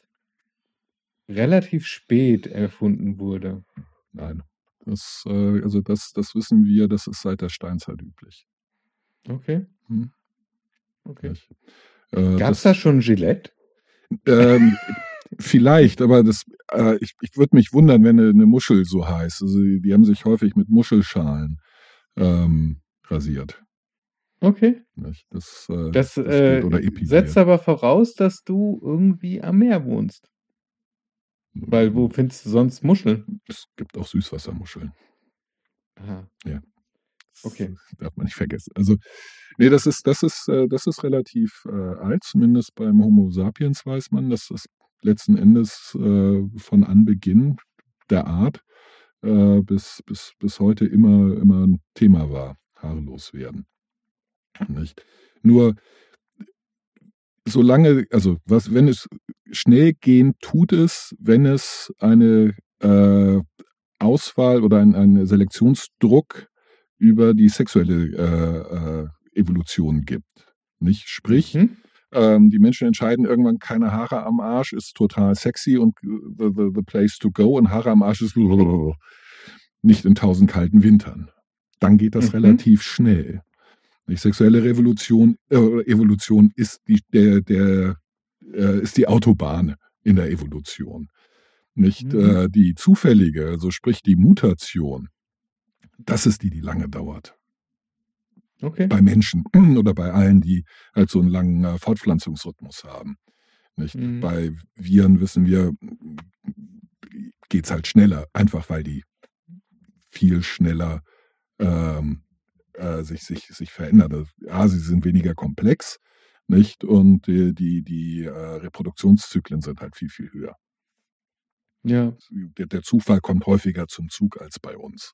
relativ spät erfunden wurde. Nein. Das, äh, also das, das wissen wir, das ist seit der Steinzeit üblich. Okay, Hm? okay. Nicht? Äh, Gab es das, da schon Gillette? ähm, vielleicht, aber das, äh, ich, ich würde mich wundern, wenn eine, eine Muschel so heißt. Also die, die haben sich häufig mit Muschelschalen ähm, rasiert. Okay. Nicht? Das, äh, Das, das äh, geht, oder epiliert. setzt aber voraus, dass du irgendwie am Meer wohnst. Weil wo findest du sonst Muscheln? Es gibt auch Süßwassermuscheln. Aha. Ja. Okay. Das darf man nicht vergessen. Also, nee, das ist, das ist, äh, das ist relativ äh, alt, zumindest beim Homo sapiens weiß man, dass das letzten Endes äh, von Anbeginn der Art äh, bis, bis, bis heute immer, immer ein Thema war, haarlos werden. Nicht? Nur solange, also was, wenn es schnell gehen tut es, wenn es eine äh, Auswahl oder ein, einen Selektionsdruck über die sexuelle äh, äh, Evolution gibt. Nicht? Sprich, Mhm. ähm, die Menschen entscheiden irgendwann, keine Haare am Arsch ist total sexy und the, the, the place to go, und Haare am Arsch ist nicht in tausend kalten Wintern. Dann geht das Mhm. relativ schnell. Die sexuelle Revolution, äh, Evolution ist die, der, der, äh, ist die Autobahn in der Evolution. Nicht Mhm. äh, die zufällige, also sprich die Mutation, das ist die, die lange dauert. Okay. Bei Menschen oder bei allen, die halt so einen langen äh, Fortpflanzungsrhythmus haben. Nicht? Mhm. Bei Viren wissen wir, geht es halt schneller, einfach weil die viel schneller ähm, äh, sich, sich, sich verändern. Ja, sie sind weniger komplex, nicht? Und die, die, die äh, Reproduktionszyklen sind halt viel, viel höher. Ja. Der, der Zufall kommt häufiger zum Zug als bei uns.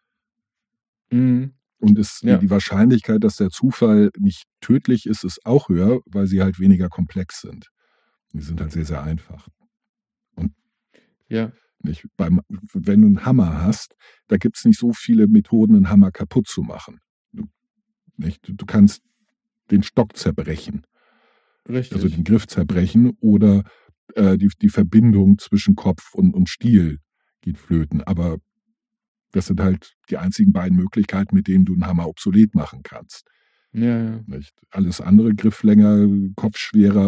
Mhm. Und ist Ja. die, die Wahrscheinlichkeit, dass der Zufall nicht tödlich ist, ist auch höher, weil sie halt weniger komplex sind. Die sind halt sehr, sehr einfach. Und Ja. nicht, beim, wenn du einen Hammer hast, da gibt es nicht so viele Methoden, einen Hammer kaputt zu machen. Du, nicht, du, du kannst den Stock zerbrechen, Richtig. also den Griff zerbrechen, oder äh, die, die Verbindung zwischen Kopf und, und Stiel geht flöten. Aber das sind halt die einzigen beiden Möglichkeiten, mit denen du einen Hammer obsolet machen kannst. Ja, ja. Nicht? Alles andere, Grifflänger, Kopfschwerer,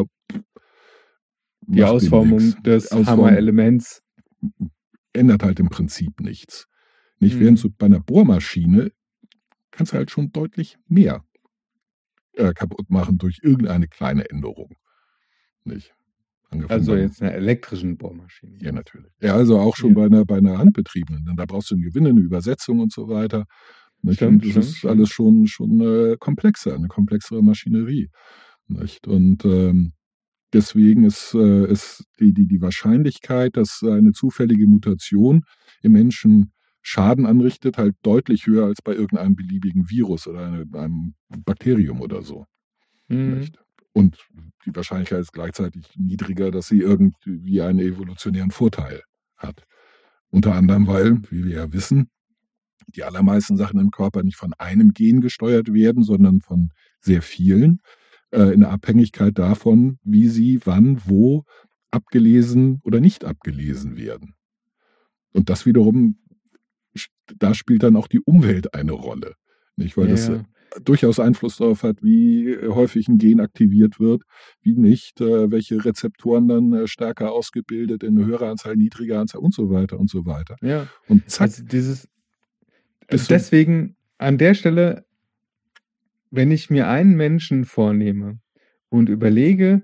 Die macht dem Ausformung nix. des Ausformung Hammerelements. ändert halt im Prinzip nichts. Nicht? Mhm. Während du bei einer Bohrmaschine kannst du halt schon deutlich mehr äh, kaputt machen durch irgendeine kleine Änderung. Nicht? Angefangen Also beim- jetzt einer elektrischen Bohrmaschine. Ja, natürlich. Ja, also auch schon Ja. bei einer, bei einer handbetriebenen. Denn da brauchst du einen Gewinn, eine Übersetzung und so weiter. Nicht? Stimmt, Und das stimmt, ist stimmt. alles schon, schon äh, komplexer, eine komplexere Maschinerie. Nicht? Und ähm, deswegen ist, äh, ist die, die, die Wahrscheinlichkeit, dass eine zufällige Mutation im Menschen Schaden anrichtet, halt deutlich höher als bei irgendeinem beliebigen Virus oder eine, einem Bakterium oder so. Mhm. Nicht? Und die Wahrscheinlichkeit ist gleichzeitig niedriger, dass sie irgendwie einen evolutionären Vorteil hat. Unter anderem, weil, wie wir ja wissen, die allermeisten Sachen im Körper nicht von einem Gen gesteuert werden, sondern von sehr vielen, äh, in der Abhängigkeit davon, wie sie wann, wo abgelesen oder nicht abgelesen werden. Und das wiederum, da spielt dann auch die Umwelt eine Rolle. Nicht? Weil Ja, das ja. äh, durchaus Einfluss darauf hat, wie häufig ein Gen aktiviert wird, wie nicht, äh, welche Rezeptoren dann äh, stärker ausgebildet, in höherer Anzahl, niedriger Anzahl und so weiter und so weiter. Ja. Und zack, Also dieses, bist du- deswegen an der Stelle, wenn ich mir einen Menschen vornehme und überlege,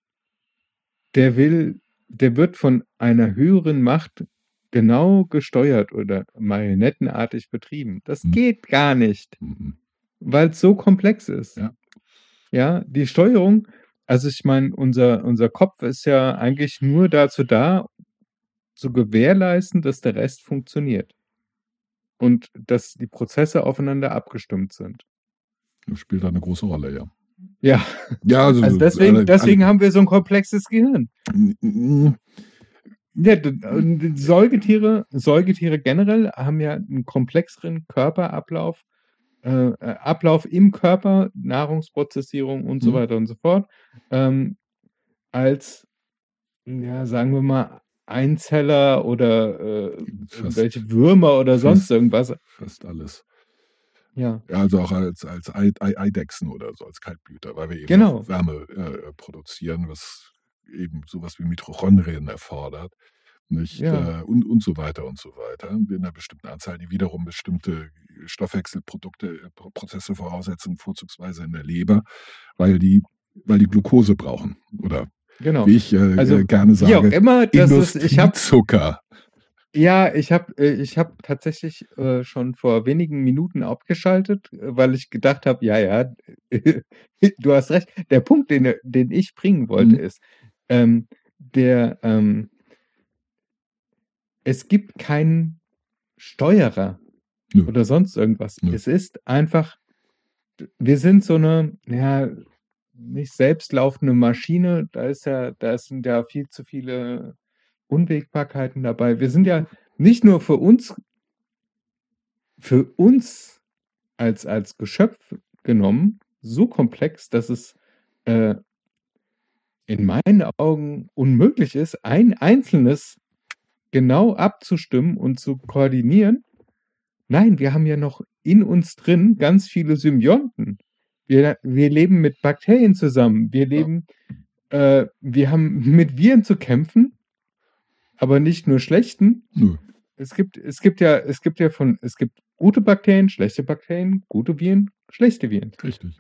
der will, der wird von einer höheren Macht genau gesteuert oder marionettenartig betrieben. Das Hm. geht gar nicht. Mhm. weil es so komplex ist. Ja. Ja, die Steuerung, also ich meine, unser, unser Kopf ist ja eigentlich nur dazu da, zu gewährleisten, dass der Rest funktioniert. Und dass die Prozesse aufeinander abgestimmt sind. Das spielt da eine große Rolle, ja. Ja, Ja, also, also deswegen, alle, deswegen haben wir so ein komplexes Gehirn. alle, Ja, d- d- Säugetiere, Säugetiere generell haben ja einen komplexeren Körperablauf, äh, äh, Ablauf im Körper, Nahrungsprozessierung und so Mhm. weiter und so fort, ähm, als, ja, sagen wir mal, Einzeller oder äh, Fast. irgendwelche Würmer oder sonst Fast. irgendwas. Fast alles. Ja, Ja, also auch als, als Ei- Ei- Eidechsen oder so, als Kaltblüter, weil wir eben genau. auch Wärme äh, produzieren, was eben sowas wie Mitochondrien erfordert. Nicht? Ja, Äh, und, und so weiter und so weiter. In einer bestimmten Anzahl, die wiederum bestimmte Stoffwechselprodukte, äh, Pro- Prozesse voraussetzen, vorzugsweise in der Leber, weil die, weil die Glukose brauchen. Oder genau. wie ich äh, Also äh, gerne wie auch sage, immer, das ist, ich habe Industriezucker. Ja, ich habe äh, ich habe tatsächlich äh, schon vor wenigen Minuten abgeschaltet, äh, weil ich gedacht habe, ja, ja, du hast recht. Der Punkt, den, er- den ich bringen wollte, Mhm. ist, ähm, der, ähm, es gibt keinen Steuerer Nö. oder sonst irgendwas. Nö. Es ist einfach, wir sind so eine, ja, nicht selbstlaufende Maschine. Da ist ja, da sind ja viel zu viele Unwägbarkeiten dabei. Wir sind ja nicht nur für uns für uns als, als Geschöpf genommen so komplex, dass es äh, in meinen Augen unmöglich ist, ein einzelnes genau abzustimmen und zu koordinieren. Nein, wir haben ja noch in uns drin ganz viele Symbionten. Wir, wir leben mit Bakterien zusammen. Wir leben, äh, wir haben mit Viren zu kämpfen, aber nicht nur schlechten. Nö. Es gibt, es gibt ja, es gibt ja von, es gibt gute Bakterien, schlechte Bakterien, gute Viren, schlechte Viren. Richtig.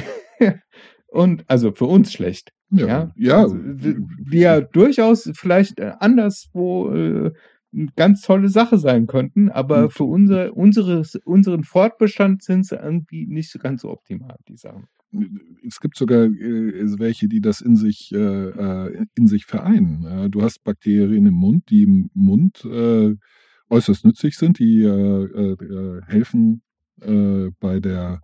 Und also für uns schlecht. Ja, Ja, ja. Also, die die ja durchaus vielleicht äh, anderswo äh, eine ganz tolle Sache sein könnten, aber Und- für unser, unseres, unseren Fortbestand sind sie irgendwie nicht so ganz so optimal, die Sachen. Es gibt sogar äh, welche, die das in sich, äh, äh, in sich vereinen. Äh, du hast Bakterien im Mund, die im Mund äh, äußerst nützlich sind, die äh, äh, helfen äh, bei der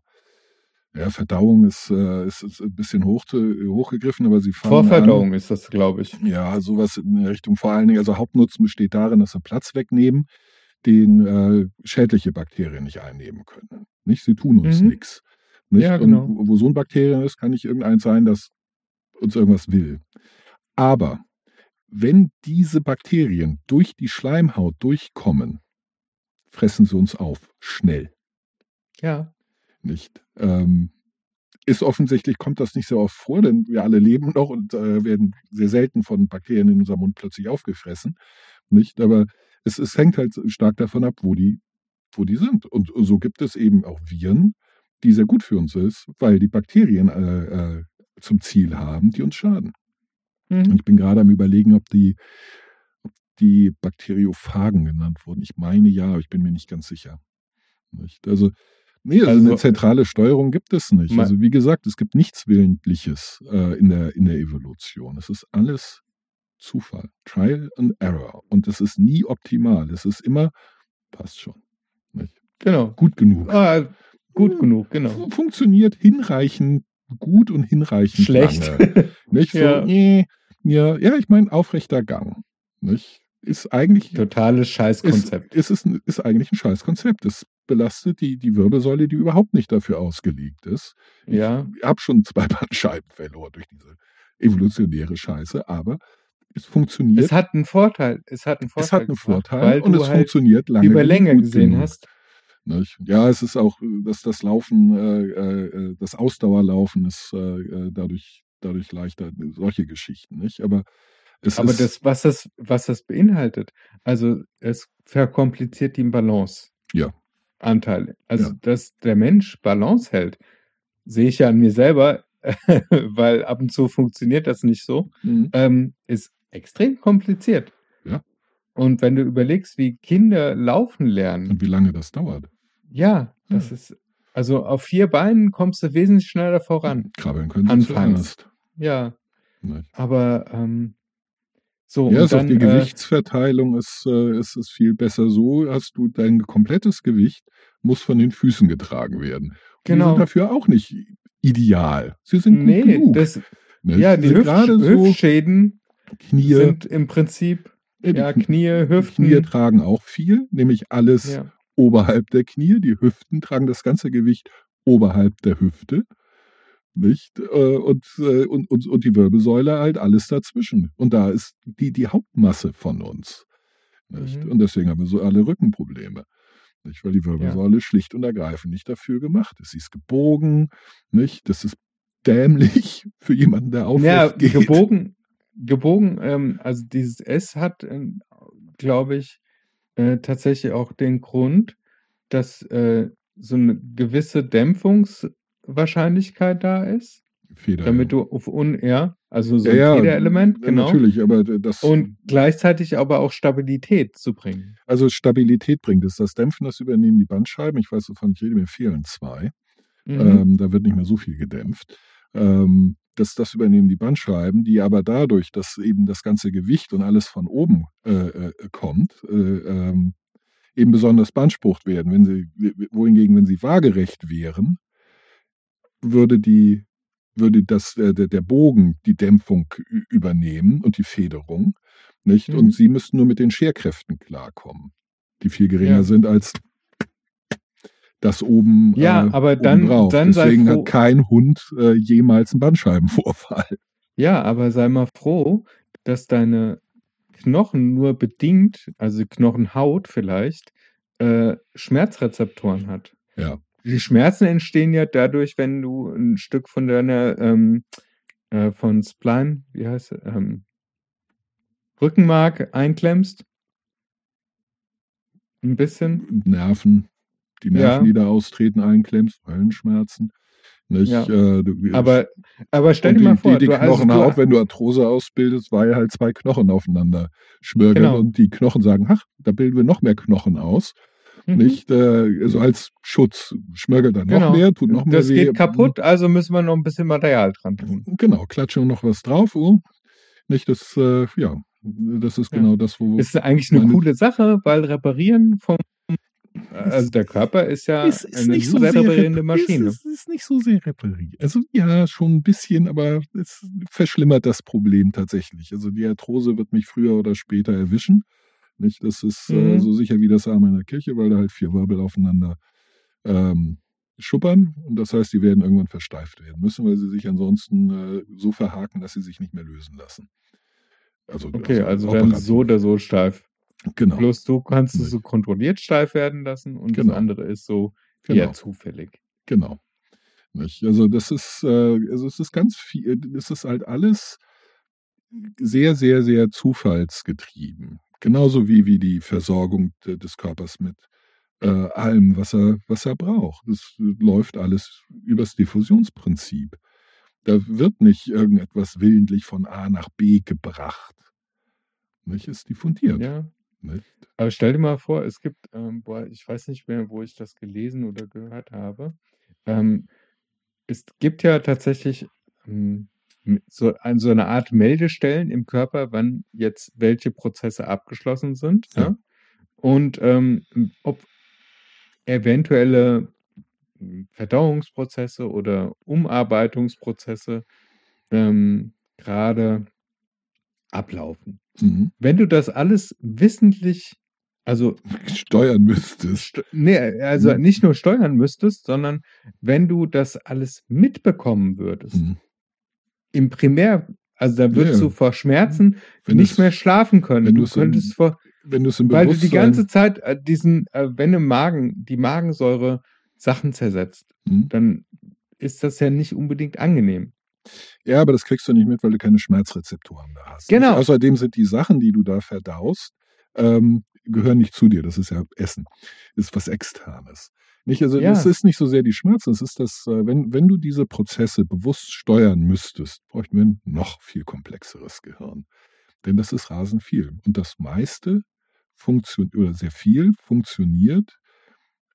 ja, Verdauung ist, äh, ist, ist ein bisschen hoch, hochgegriffen, aber sie fangen Vorverdauung an, ist das, glaube ich. ja, sowas in der Richtung. Vor allen Dingen, also Hauptnutzen besteht darin, dass sie Platz wegnehmen, den äh, schädliche Bakterien nicht einnehmen können. Nicht? Sie tun uns Mhm. nichts. Nicht? Ja, genau. Und wo, wo so ein Bakterium ist, kann nicht irgendeins sein, das uns irgendwas will. Aber wenn diese Bakterien durch die Schleimhaut durchkommen, fressen sie uns auf. Schnell. Ja. Nicht? Ähm, ist offensichtlich, kommt das nicht so oft vor, denn wir alle leben noch und äh, werden sehr selten von Bakterien in unserem Mund plötzlich aufgefressen. Nicht? Aber es, es hängt halt stark davon ab, wo die, wo die sind. Und so gibt es eben auch Viren, die sehr gut für uns ist, weil die Bakterien äh, äh, zum Ziel haben, die uns schaden. Mhm. Und ich bin gerade am Überlegen, ob die, ob die Bakteriophagen genannt wurden. Ich meine ja, aber ich bin mir nicht ganz sicher. Nicht? Also, nee, also, Also- eine zentrale Steuerung gibt es nicht. Ma- Also wie gesagt, es gibt nichts Willentliches äh, in, der, in der Evolution. Es ist alles Zufall, Trial and Error. Und es ist nie optimal. Es ist immer, passt schon. Nicht? Genau. Gut genug. Ah, gut Ja. genug, genau. Fu- Funktioniert hinreichend gut und hinreichend Schlecht. lange. Nicht so, Ja. nee, ja, ja, ich meine, aufrechter Gang. Nicht? Ist eigentlich Totales ist, Scheißkonzept. ist, es ein- ist eigentlich ein Scheißkonzept. Es belastet die, die Wirbelsäule, die überhaupt nicht dafür ausgelegt ist. Ja. Ich habe schon zwei Bandscheiben verloren durch diese evolutionäre Scheiße, aber es funktioniert. Es hat einen Vorteil. Es hat einen Vorteil. Es hat einen gebracht, Vorteil weil und du es halt funktioniert lange über genug, Länge gut gesehen genug. hast. Nicht? Ja, es ist auch, dass das Laufen, äh, äh, das Ausdauerlaufen ist äh, äh, dadurch, dadurch leichter, solche Geschichten, nicht? Aber es Aber ist, das, was das, was das beinhaltet, also es verkompliziert die Balance. Ja. Anteile. Also, Ja. dass der Mensch Balance hält, sehe ich ja an mir selber, weil ab und zu funktioniert das nicht so, Mhm. ähm, ist extrem kompliziert. Ja. Und wenn du überlegst, wie Kinder laufen lernen, Und wie lange das dauert. ja, das Ja. ist, Also auf vier Beinen kommst du wesentlich schneller voran. Krabbeln können sie Anfangs. zuerst. Ja, Nicht? aber ähm, so Ja, und ist auch dann die äh, Gewichtsverteilung ist, äh, ist, ist viel besser so, hast du dein komplettes Gewicht muss von den Füßen getragen werden. Und die sind genau. dafür auch nicht ideal. Sie sind gut Nee, genug. das, Nicht? ja, Sie die sind Hüft, gerade so Hüftschäden Knie, sind im Prinzip, äh, die ja, Knie, Knie, die Knie Hüften, tragen auch viel, nämlich alles ja, oberhalb der Knie. Die Hüften tragen das ganze Gewicht oberhalb der Hüfte. Nicht? Äh, Und, äh, und, und, und die Wirbelsäule halt alles dazwischen. Und da ist die, die Hauptmasse von uns. Nicht? mhm, Und deswegen haben wir so alle Rückenprobleme. Nicht? Weil die ja, Wirbelsäule schlicht und ergreifend nicht dafür gemacht ist. Sie ist gebogen. Nicht? Das ist dämlich für jemanden, der ja, aufrecht geht. gebogen, gebogen, ähm, also dieses S hat, ähm, glaube ich, äh, tatsächlich auch den Grund, dass äh, so eine gewisse Dämpfungswahrscheinlichkeit da ist, Feder, ja. damit du auf un, ja, also so Ja, ein ja, Federelement, äh, genau, natürlich, aber d- das, und gleichzeitig aber auch Stabilität zu bringen. also Stabilität bringt es. Das Dämpfen, das übernehmen die Bandscheiben. Ich weiß, wovon ich rede, mir fehlen zwei. Mhm. Ähm, da wird nicht mehr so viel gedämpft. Ähm, das, das übernehmen die Bandscheiben, die aber dadurch, dass eben das ganze Gewicht und alles von oben äh, äh, kommt, äh, ähm, eben besonders beansprucht werden. Wenn sie, wohingegen, wenn sie waagerecht wären, würde die würde das, äh, der, der Bogen die Dämpfung ü- übernehmen und die Federung, nicht? Und Mhm. sie müssten nur mit den Scherkräften klarkommen, die viel geringer Ja. sind als das oben, Ja, äh, aber dann, obendrauf. dann sei Deswegen froh, hat kein Hund äh, jemals einen Bandscheibenvorfall. ja, aber sei mal froh, dass deine Knochen nur bedingt, also Knochenhaut vielleicht, äh, Schmerzrezeptoren hat. Ja, Die Schmerzen entstehen ja dadurch, wenn du ein Stück von deiner, ähm, äh, von Spline, wie heißt es, ähm, Rückenmark einklemmst. Ein bisschen. Nerven, die Nerven, Ja, die da austreten, einklemmst, Höllenschmerzen. Nicht? ja. Äh, du, Aber, aber stell und dir mal die, vor, die, die du, also Knochenhaut, du, wenn du Arthrose ausbildest, weil halt zwei Knochen aufeinander schmörgeln genau. und die Knochen sagen, ach, da bilden wir noch mehr Knochen aus. Mhm. Nicht? Äh, also als Schutz schmörgelt dann noch Genau. mehr, tut noch mehr Das weh. geht kaputt, also müssen wir noch ein bisschen Material dran tun. Genau, klatschen noch was drauf. Oh. Nicht? Das, äh, ja, das ist Ja. genau das, wo Ist eigentlich eine meine- coole Sache, weil reparieren vom, also der Körper ist ja ist, ist eine nicht so super sehr reparierende repar- Maschine. Ist, ist, ist nicht so sehr repariert. Also ja, schon ein bisschen, aber es verschlimmert das Problem tatsächlich. Also die Arthrose wird mich früher oder später erwischen. Nicht? Das ist äh, Mhm. so sicher wie das Amen in der Kirche, weil da halt vier Wirbel aufeinander ähm, schuppern. Und das heißt, die werden irgendwann versteift werden müssen, weil sie sich ansonsten äh, so verhaken, dass sie sich nicht mehr lösen lassen. Also, Okay, also werden operativ. so oder so steif. Genau. Bloß du kannst es Nicht. so kontrolliert steif werden lassen und Genau. das andere ist so Genau. eher zufällig. Genau. Nicht? Also das ist, äh, also es ist ganz viel, es ist halt alles sehr, sehr, sehr zufallsgetrieben. Genauso wie, wie die Versorgung de, des Körpers mit äh, allem, was er, was er braucht. Das läuft alles übers Diffusionsprinzip. Da wird nicht irgendetwas willentlich von A nach B gebracht. Nicht? Es diffundiert. Ja. Nicht? Aber stell dir mal vor, es gibt, ähm, boah, ich weiß nicht mehr, wo ich das gelesen oder gehört habe. Ähm, es gibt ja tatsächlich ähm, m- so, ein, so eine Art Meldestellen im Körper, wann jetzt welche Prozesse abgeschlossen sind. Ja. Ja? Und ähm, ob eventuelle m, Verdauungsprozesse oder Umarbeitungsprozesse ähm, gerade ablaufen. Mhm. Wenn du das alles wissentlich, also Steuern müsstest. st nee, also Mhm. nicht nur steuern müsstest, sondern wenn du das alles mitbekommen würdest, Mhm. im Primär, also da würdest Ja. du vor Schmerzen Wenn nicht du's- mehr schlafen können. wenn Du du's im- könntest vor, Wenn du es im weil du Bewusstsein... die ganze Zeit äh, diesen, äh, wenn im Magen die Magensäure Sachen zersetzt, Mhm. dann ist das ja nicht unbedingt angenehm. Ja, aber das kriegst du nicht mit, weil du keine Schmerzrezeptoren da hast. Genau. Nicht? Außerdem sind die Sachen, die du da verdaust, ähm, gehören nicht zu dir. Das ist ja Essen. Das ist was Externes. Nicht? Also Ja. es ist nicht so sehr die Schmerzen, es ist das, äh, wenn, wenn du diese Prozesse bewusst steuern müsstest, bräuchten wir ein noch viel komplexeres Gehirn. Denn das ist rasend viel. Und das meiste funktioniert, oder sehr viel funktioniert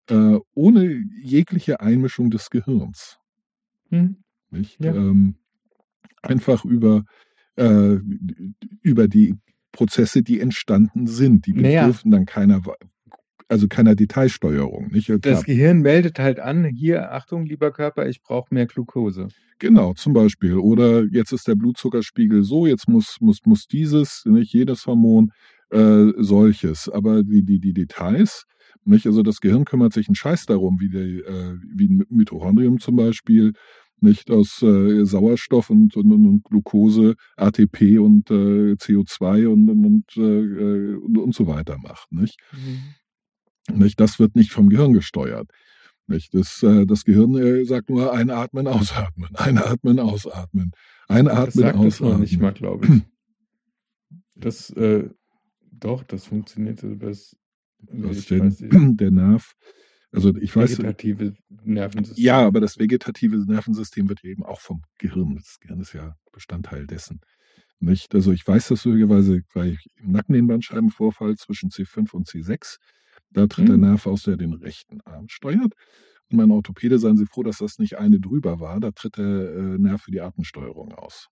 äh, ohne jegliche Einmischung des Gehirns. Hm. Nicht? Ja. Ähm, einfach über, äh, über die Prozesse, die entstanden sind. Die Naja. bedürfen dann keiner, also keiner Detailsteuerung. Nicht? Das Klar. Gehirn meldet halt an, hier, Achtung, lieber Körper, ich brauche mehr Glucose. Genau, zum Beispiel. Oder jetzt ist der Blutzuckerspiegel so, jetzt muss, muss, muss dieses, nicht jedes Hormon, äh, solches. Aber die, die, die Details, nicht? Also das Gehirn kümmert sich einen Scheiß darum, wie, die, äh, wie ein Mitochondrium zum Beispiel, nicht aus äh, Sauerstoff und, und, und Glucose, A T P und äh, C O zwei und, und, und, äh, und, und so weiter macht. Nicht? Mhm. Nicht? Das wird nicht vom Gehirn gesteuert. Nicht? Das, äh, das Gehirn äh, sagt nur einatmen, ausatmen, einatmen, ausatmen, einatmen, das sagt ausatmen. Das noch nicht mal, glaube ich. Das, äh, doch, das funktioniert über das, das den, der Nerv. Also ich weiß. Vegetative Nervensystem. Ja, aber das vegetative Nervensystem wird eben auch vom Gehirn. Das Gehirn ist ja Bestandteil dessen. Nicht? Also ich weiß das möglicherweise, weil ich im Nackennebenbandscheibenvorfall zwischen C fünf und C sechs, da tritt hm. der Nerv aus, der den rechten Arm steuert. Und mein Orthopäde, seien Sie froh, dass das nicht eine drüber war, da tritt der äh, Nerv für die Atemsteuerung aus.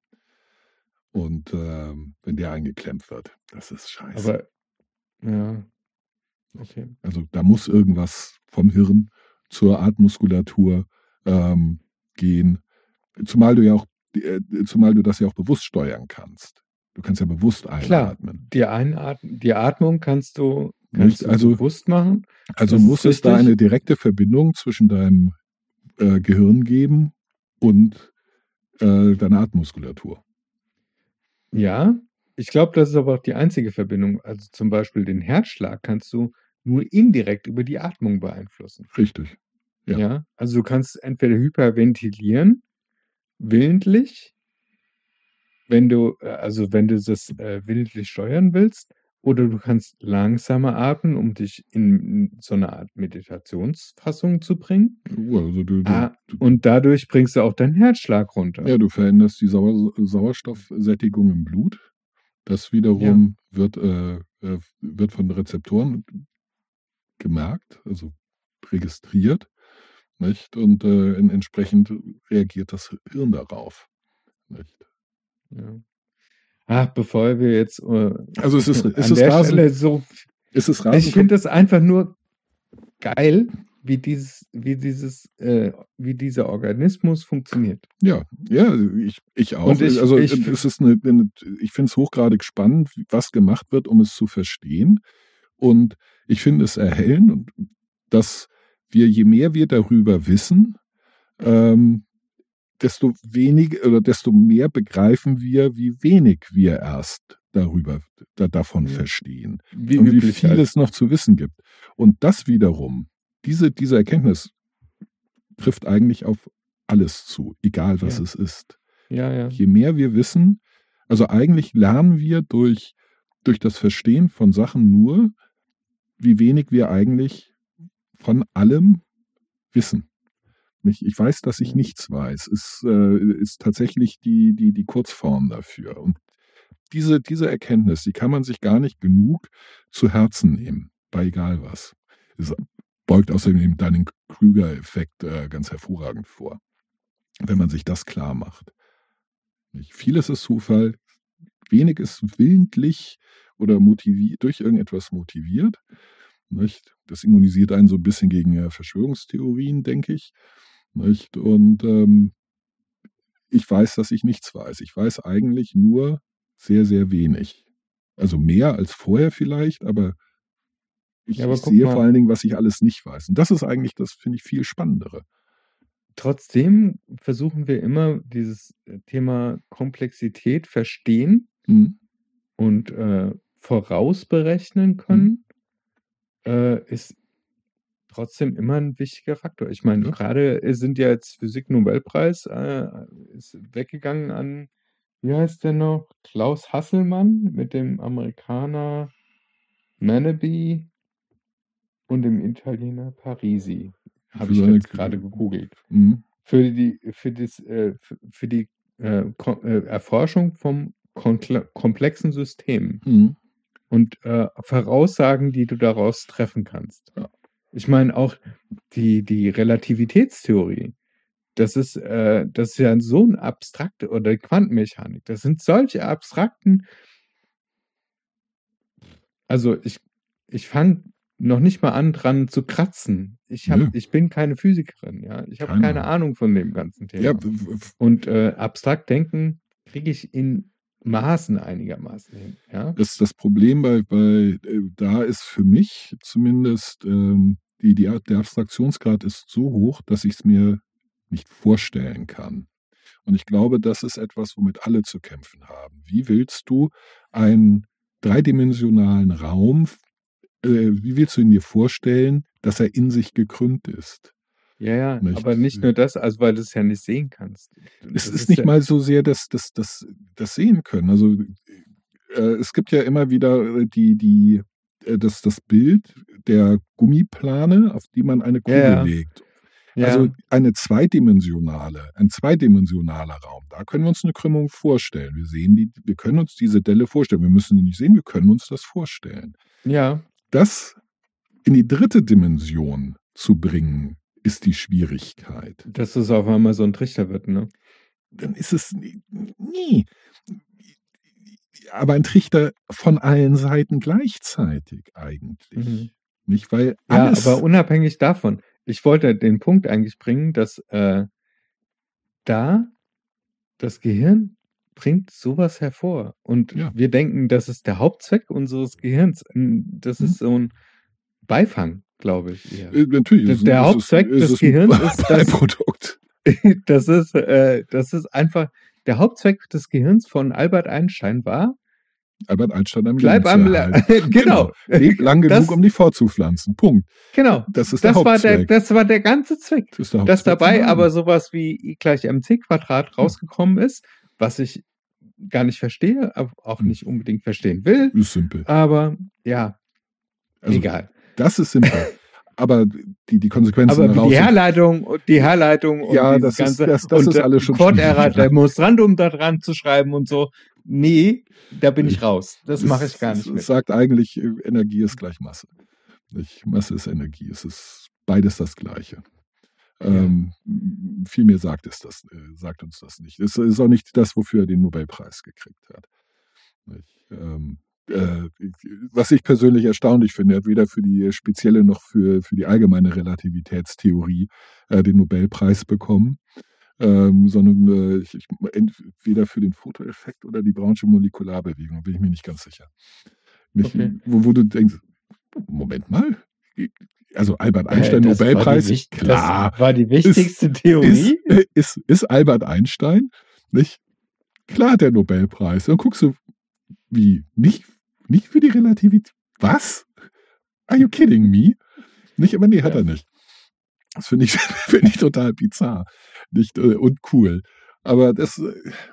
Und äh, wenn der eingeklemmt wird, das ist scheiße. Aber, ja, okay. Also da muss irgendwas vom Hirn zur Atemmuskulatur ähm, gehen. Zumal du ja auch, äh, zumal du das ja auch bewusst steuern kannst. Du kannst ja bewusst einatmen. Klar, die, Einat- die Atmung kannst du, kannst du also, bewusst machen. Also das muss es da eine direkte Verbindung zwischen deinem äh, Gehirn geben und äh, deiner Atemmuskulatur. Ja, ich glaube, das ist aber auch die einzige Verbindung. Also zum Beispiel den Herzschlag kannst du nur indirekt über die Atmung beeinflussen. Richtig. Ja, ja, also du kannst entweder hyperventilieren, willentlich, wenn du, also wenn du das äh, willentlich steuern willst, oder du kannst langsamer atmen, um dich in so eine Art Meditationsfassung zu bringen. Also du, du, ah, und dadurch bringst du auch deinen Herzschlag runter. Ja, du veränderst die Sauer Sauerstoffsättigung im Blut. Das wiederum ja. wird, äh, wird von Rezeptoren gemerkt, also registriert. Nicht? Und äh, entsprechend reagiert das Hirn darauf. Nicht? Ja. Ach, bevor wir jetzt äh, also es ist, an ist es der Rasen, Stelle so. Ist es Rasen ich finde das einfach nur geil, wie dieses, wie dieses, äh, wie dieser Organismus funktioniert. Ja, ja, ich, ich auch. Und ich, also ich, es ist eine, eine, ich finde es hochgradig spannend, was gemacht wird, um es zu verstehen. Und ich finde es erhellend, dass wir, je mehr wir darüber wissen, ähm, desto weniger oder desto mehr begreifen wir, wie wenig wir erst darüber da, davon ja. verstehen. Wie und wie viel halt. es noch zu wissen gibt. Und das wiederum, diese, diese Erkenntnis trifft eigentlich auf alles zu, egal was ja. es ist. Ja, ja. Je mehr wir wissen, also eigentlich lernen wir durch, durch das Verstehen von Sachen nur, wie wenig wir eigentlich von allem wissen. Ich weiß, dass ich nichts weiß, ist, äh, ist tatsächlich die, die, die Kurzform dafür. Und diese, diese Erkenntnis, die kann man sich gar nicht genug zu Herzen nehmen, bei egal was. Es beugt außerdem deinen Krüger-Effekt äh, ganz hervorragend vor, wenn man sich das klar macht. Nicht vieles ist Zufall, wenig ist willentlich oder motiviert, durch irgendetwas motiviert. Nicht? Das immunisiert einen so ein bisschen gegen äh, Verschwörungstheorien, denke ich. Nicht? Und ähm, ich weiß, dass ich nichts weiß. Ich weiß eigentlich nur sehr, sehr wenig. Also mehr als vorher vielleicht, aber ich, ja, aber ich sehe mal. vor allen Dingen, was ich alles nicht weiß. Und das ist eigentlich, das finde ich, viel Spannendere. Trotzdem versuchen wir immer, dieses Thema Komplexität verstehen mhm. und äh, vorausberechnen können, mhm. äh, ist trotzdem immer ein wichtiger Faktor. Ich meine, ja. gerade sind ja jetzt Physik-Nobelpreis äh, ist weggegangen an, wie heißt der noch? Klaus Hasselmann mit dem Amerikaner Manabe und dem Italiener Parisi. Habe ich jetzt gerade gegoogelt. Mhm. Für die, für das, äh, für, für die äh, Ko- äh, Erforschung vom konkle- komplexen System Mhm. und äh, Voraussagen, die du daraus treffen kannst. Ja. Ich meine auch die, die Relativitätstheorie. Das ist, äh, das ist ja so ein abstrakte, oder Quantenmechanik. Das sind solche abstrakten. Also ich, ich fange noch nicht mal an, dran zu kratzen. Ich, hab, Nö. ich bin keine Physikerin, ja. Ich habe Keine keine Ahnung. Ahnung von dem ganzen Thema. Ja, w- w- Und äh, abstrakt denken kriege ich in Maßen einigermaßen hin. Ja? das, das Problem bei, bei äh, da ist für mich zumindest, ähm, die, die, der Abstraktionsgrad ist so hoch, dass ich es mir nicht vorstellen kann. Und ich glaube, das ist etwas, womit alle zu kämpfen haben. Wie willst du einen dreidimensionalen Raum, äh, wie willst du ihn dir vorstellen, dass er in sich gekrümmt ist? Ja, ja, Nicht? aber nicht nur das, also weil du es ja nicht sehen kannst. Es Das ist nicht ja, mal so sehr das, das, das, das sehen können. Also äh, es gibt ja immer wieder die, die, äh, das, das Bild der Gummiplane, auf die man eine Kugel Ja, ja. legt. ja, Also eine zweidimensionale, ein zweidimensionaler Raum, da können wir uns eine Krümmung vorstellen. Wir sehen die, wir können uns diese Delle vorstellen. Wir müssen die nicht sehen, wir können uns das vorstellen. ja, Das in die dritte Dimension zu bringen, ist die Schwierigkeit. dass es auf einmal so ein Trichter wird, ne? Dann ist es nie. Aber ein Trichter von allen Seiten gleichzeitig eigentlich. Mhm. Nicht, weil Ja, alles. aber unabhängig davon. Ich wollte den Punkt eigentlich bringen, dass äh, da das Gehirn bringt sowas hervor. Und Ja. wir denken, das ist der Hauptzweck unseres Gehirns. Das Mhm. ist so ein Beifang, glaube ich. Eher. Äh, natürlich. Der- es ist- der es ist- Hauptzweck es des ist ein Gehirns ist, dass- Beiprodukt. Das ist, äh, das ist einfach, der Hauptzweck des Gehirns von Albert Einstein war, Albert Einstein am bleib Leben am, zu erhalten. genau, Leb lang genug, Das- um dich fortzupflanzen. Punkt. genau, Das ist der das war der, Hauptzweck. das war der ganze Zweck. Das ist der Dass Hauptzweck dabei von allem. aber sowas wie I gleich mc Quadrat rausgekommen ist, was ich gar nicht verstehe, aber auch Hm. nicht unbedingt verstehen will, Ist simpel. aber ja, Also, egal. das ist simpel. Aber die, die Konsequenzen Aber daraus die sind- Herleitung und die Herleitung und Ja, dieses das ist- ganze das- das und ist alles schon Quad-Error, schwierig. der Demonstrandum da dran zu schreiben und so. Nee, da bin ich raus. Das mache ich gar Es- nicht Es mit. sagt eigentlich, äh, Energie ist gleich Masse. Nicht? Masse ist Energie. Es ist beides das Gleiche. Ähm, viel mehr sagt es das, äh, sagt uns das nicht. Es ist auch nicht das, wofür er den Nobelpreis gekriegt hat. Nicht? Ähm, äh, was ich persönlich erstaunlich finde, er hat weder für die spezielle noch für, für die allgemeine Relativitätstheorie äh, den Nobelpreis bekommen. Ähm, sondern äh, ich, ich, entweder für den Fotoeffekt oder die Brownsche Molekularbewegung, da bin ich mir nicht ganz sicher. Nicht, Okay. wo, wo du denkst, Moment mal, also Albert Einstein Äh, das war die Nobelpreis, wich- klar, Das war die wichtigste ist, Theorie. äh, ist, ist Albert Einstein, nicht? Klar, der Nobelpreis. Dann guckst du, wie, nicht, nicht für die Relativität, was? Are you kidding me? Nicht, aber nee, hat Ja. er nicht. Das finde ich, finde ich total bizarr nicht, äh, und cool. Aber das, äh,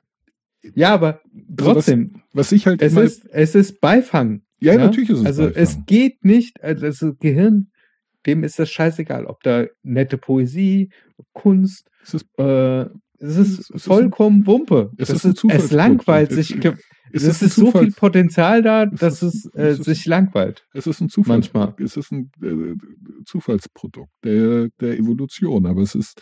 Ja, aber trotzdem, was ich halt es immer, ist, es ist Beifang. ja, ja? natürlich ist es Also Beifang. es geht nicht, also das Gehirn, dem ist das scheißegal, ob da nette Poesie, Kunst, es ist, äh, es Es ist ist- es ist vollkommen Wumpe. es Das ist ein ist, es Zufallsprodukt. langweilt Es- sich. ge- es Es ist ein ist so Zufall- viel Potenzial da, Es dass ist- es äh, es ist- sich langweilt. Es ist ein Zufall. Manchmal. Es ist ein äh, Zufallsprodukt der, der Evolution, aber es ist,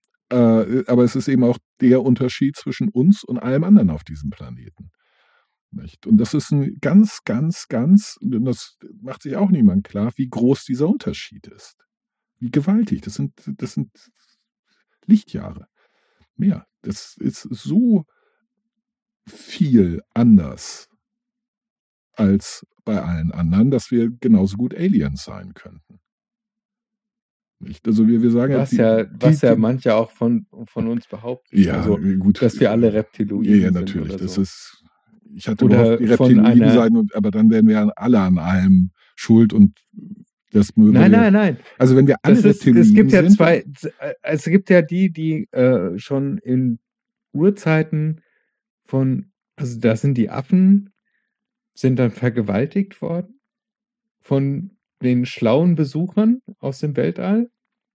äh, aber es ist eben auch der Unterschied zwischen uns und allem anderen auf diesem Planeten. Nicht? Und das ist ein ganz, ganz, ganz, und das macht sich auch niemand klar, wie groß dieser Unterschied ist. Wie gewaltig. Das sind, das sind Lichtjahre. Mehr. Das ist so viel anders als bei allen anderen, dass wir genauso gut Aliens sein könnten. Nicht? Also wir, wir sagen Was die, ja, die, was ja die, manche auch von, von uns behaupten. ja, also, gut. dass wir alle Reptiloiden Ja, ja, sind natürlich. oder Das so. ist, ich hatte Oder gehofft, die von Reptiloiden einer- sein, und, aber dann wären wir alle an allem schuld und das mögen Nein, wir. nein, nein. Also wenn wir alle Das ist, Reptiloiden es gibt ja sind, zwei, es gibt ja die, die äh, schon in Urzeiten von, also da sind die Affen, sind dann vergewaltigt worden von den schlauen Besuchern aus dem Weltall.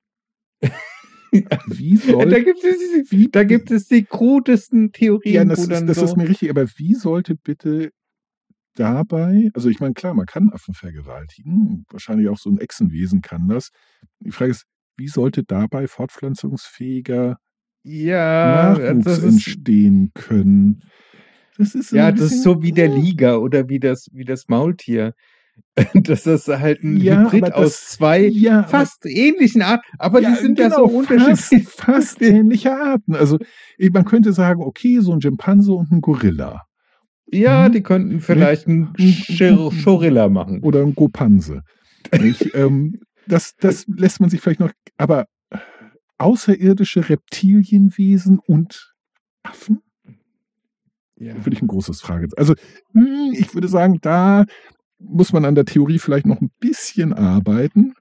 wie soll Da gibt es, die- da gibt es die krudesten Theorien, ja, wo das, dann ist, das so, ist mir richtig, aber wie sollte bitte dabei, also ich meine, klar, man kann Affen vergewaltigen, wahrscheinlich auch so ein Echsenwesen kann das. Die Frage ist, wie sollte dabei fortpflanzungsfähiger Ja, Nachwuchs das ist, entstehen können? Das ist so ja, ein das ist bisschen, so wie der Liger oder wie das, wie das Maultier. Das ist halt ein ja, Hybrid aber aus das, zwei ja, aber fast ähnlichen Arten, aber die ja, sind ja genau, so fast, unterschiedlich. fast ähnliche Arten. Also man könnte sagen, okay, so ein Schimpanse und ein Gorilla. Ja, Hm? die könnten Nicht? vielleicht einen Ein- Schir- ein- Schorilla machen. Oder ein Gopanse. Nicht? ähm, das, das lässt man sich vielleicht noch, aber außerirdische Reptilienwesen und Affen? Ja. Würde ich ein großes Fragezeichen. Also hm, ich würde sagen, da muss man an der Theorie vielleicht noch ein bisschen arbeiten.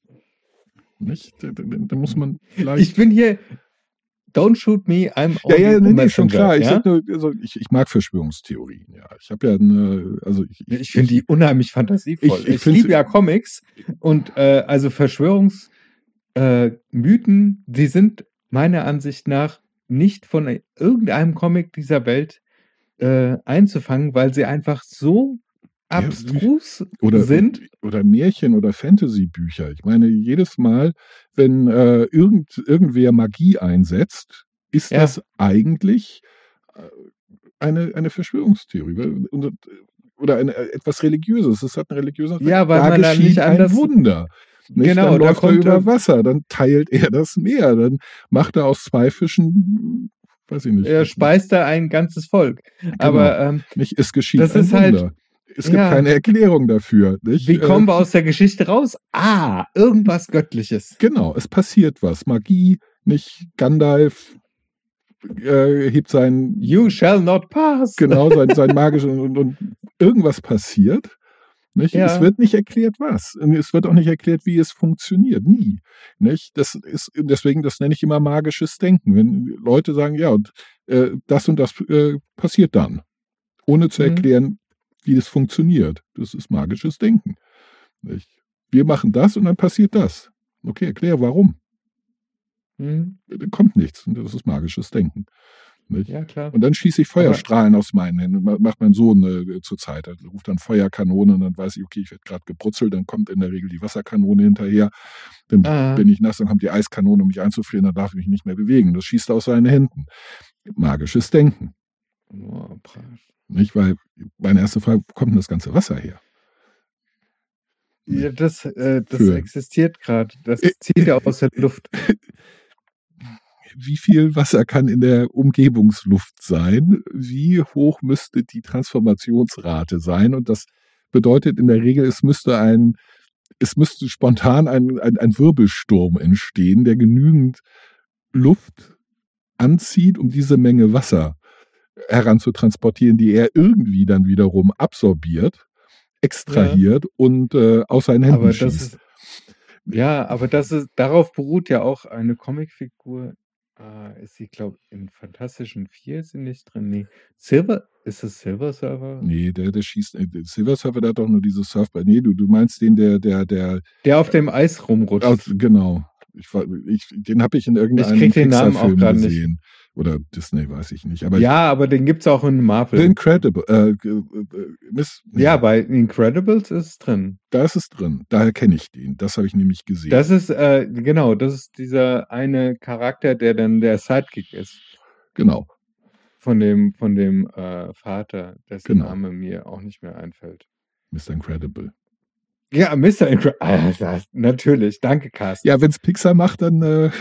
Nicht? Da, da, da muss man vielleicht. Ich bin hier, don't shoot me, I'm Ja, only ja, a nee, nee, schon messenger, klar. Ich, ja? sag nur, also ich, ich mag Verschwörungstheorien, ja. Ich habe ja eine, also ich, Ich finde die unheimlich fantasievoll. Ich- Ich, ich find's- liebe ja Comics und äh, also Verschwörungsmythen, äh, Mythen, die sind meiner Ansicht nach nicht von irgendeinem Comic dieser Welt äh, einzufangen, weil sie einfach so Ja, abstrus oder, sind. oder Märchen oder Fantasy-Bücher. Ich meine, jedes Mal, wenn äh, irgend, irgendwer Magie einsetzt, ist Ja. das eigentlich äh, eine, eine Verschwörungstheorie. weil- und- Oder eine, äh, etwas Religiöses. Es hat einen religiösen Aspekt. Ja, weil da man da geschieht nicht ein anders- Wunder. Nicht? Genau, dann da läuft er kommt über er- Wasser, dann teilt er das Meer, dann macht er aus zwei Fischen, weiß ich nicht. Er speist da ein ganzes Volk. Genau. Aber ähm, Nicht, es geschieht Das ein ist halt- Wunder. Es gibt ja. keine Erklärung dafür. Nicht? wie Äh, kommen wir aus der Geschichte raus? Ah, irgendwas Göttliches. Genau, es passiert was. Magie, nicht Gandalf äh, hebt sein, You shall not pass. genau, sein, sein magisches und, und irgendwas passiert. Nicht? Ja. Es wird nicht erklärt, was. Und es wird auch nicht erklärt, wie es funktioniert. Nie. Nicht? Das ist, deswegen, das nenne ich immer magisches Denken. Wenn Leute sagen, ja, und, äh, das und das äh, passiert dann. Ohne zu Mhm. erklären, wie das funktioniert. Das ist magisches Denken. Nicht? Wir machen das und dann passiert das. Okay, erklär warum. Hm, Da kommt nichts. Und das ist magisches Denken. Nicht? ja, klar. Und dann schieße ich Feuerstrahlen aus meinen Händen. Ma- Macht mein Sohn äh, zur Zeit. Er ruft dann Feuerkanone und dann weiß ich, okay, ich werde gerade gebrutzelt. Dann kommt in der Regel die Wasserkanone hinterher. Dann Ah. bin ich nass, dann kommt die Eiskanone, um mich einzufrieren. Dann darf ich mich nicht mehr bewegen. Das schießt aus seinen Händen. Magisches Denken. Oh, pracht. Nicht? Weil meine erste Frage, wo kommt denn das ganze Wasser her? Ja, das, äh, das Für- existiert gerade. Das Äh, zieht ja aus der Luft. Wie viel Wasser kann in der Umgebungsluft sein? Wie hoch müsste die Transformationsrate sein? Und das bedeutet in der Regel, es müsste ein, es müsste spontan ein, ein, ein Wirbelsturm entstehen, der genügend Luft anzieht, um diese Menge Wasser heranzutransportieren, die er irgendwie dann wiederum absorbiert, extrahiert und äh, aus seinen Händen Aber das schießt. ist, ja, aber das ist, darauf beruht ja auch eine Comicfigur. Ah, ist sie, glaube ich, in Fantastischen Vier ist sie nicht drin. Nee. Silver, ist es Silver Surfer? Nee, der, der schießt, äh, der Silver Surfer, der hat doch nur dieses Surfboard. Nee, du, du meinst den, der, der, der, Der auf dem Eis rumrutscht. aus, genau. Ich, war- ich, den habe ich in irgendeinem krieg den Namen auch Pixar-Film grad nicht. gesehen. Oder Disney, weiß ich nicht. Aber ja, aber den gibt's auch in The Marvel. Incredible, äh, äh, äh, Miss, nee, Ja, bei Incredibles ist es drin. da ist es drin. Daher kenne ich den. Das habe ich nämlich gesehen. Das ist, äh, genau, das ist dieser eine Charakter, der dann der Sidekick ist. genau. Von dem, von dem äh, Vater, dessen Genau. Name mir auch nicht mehr einfällt. Mister Incredible. Ja, Mister Incredible. Ah, das, natürlich, danke, Carsten. Ja, wenn es Pixar macht, dann äh,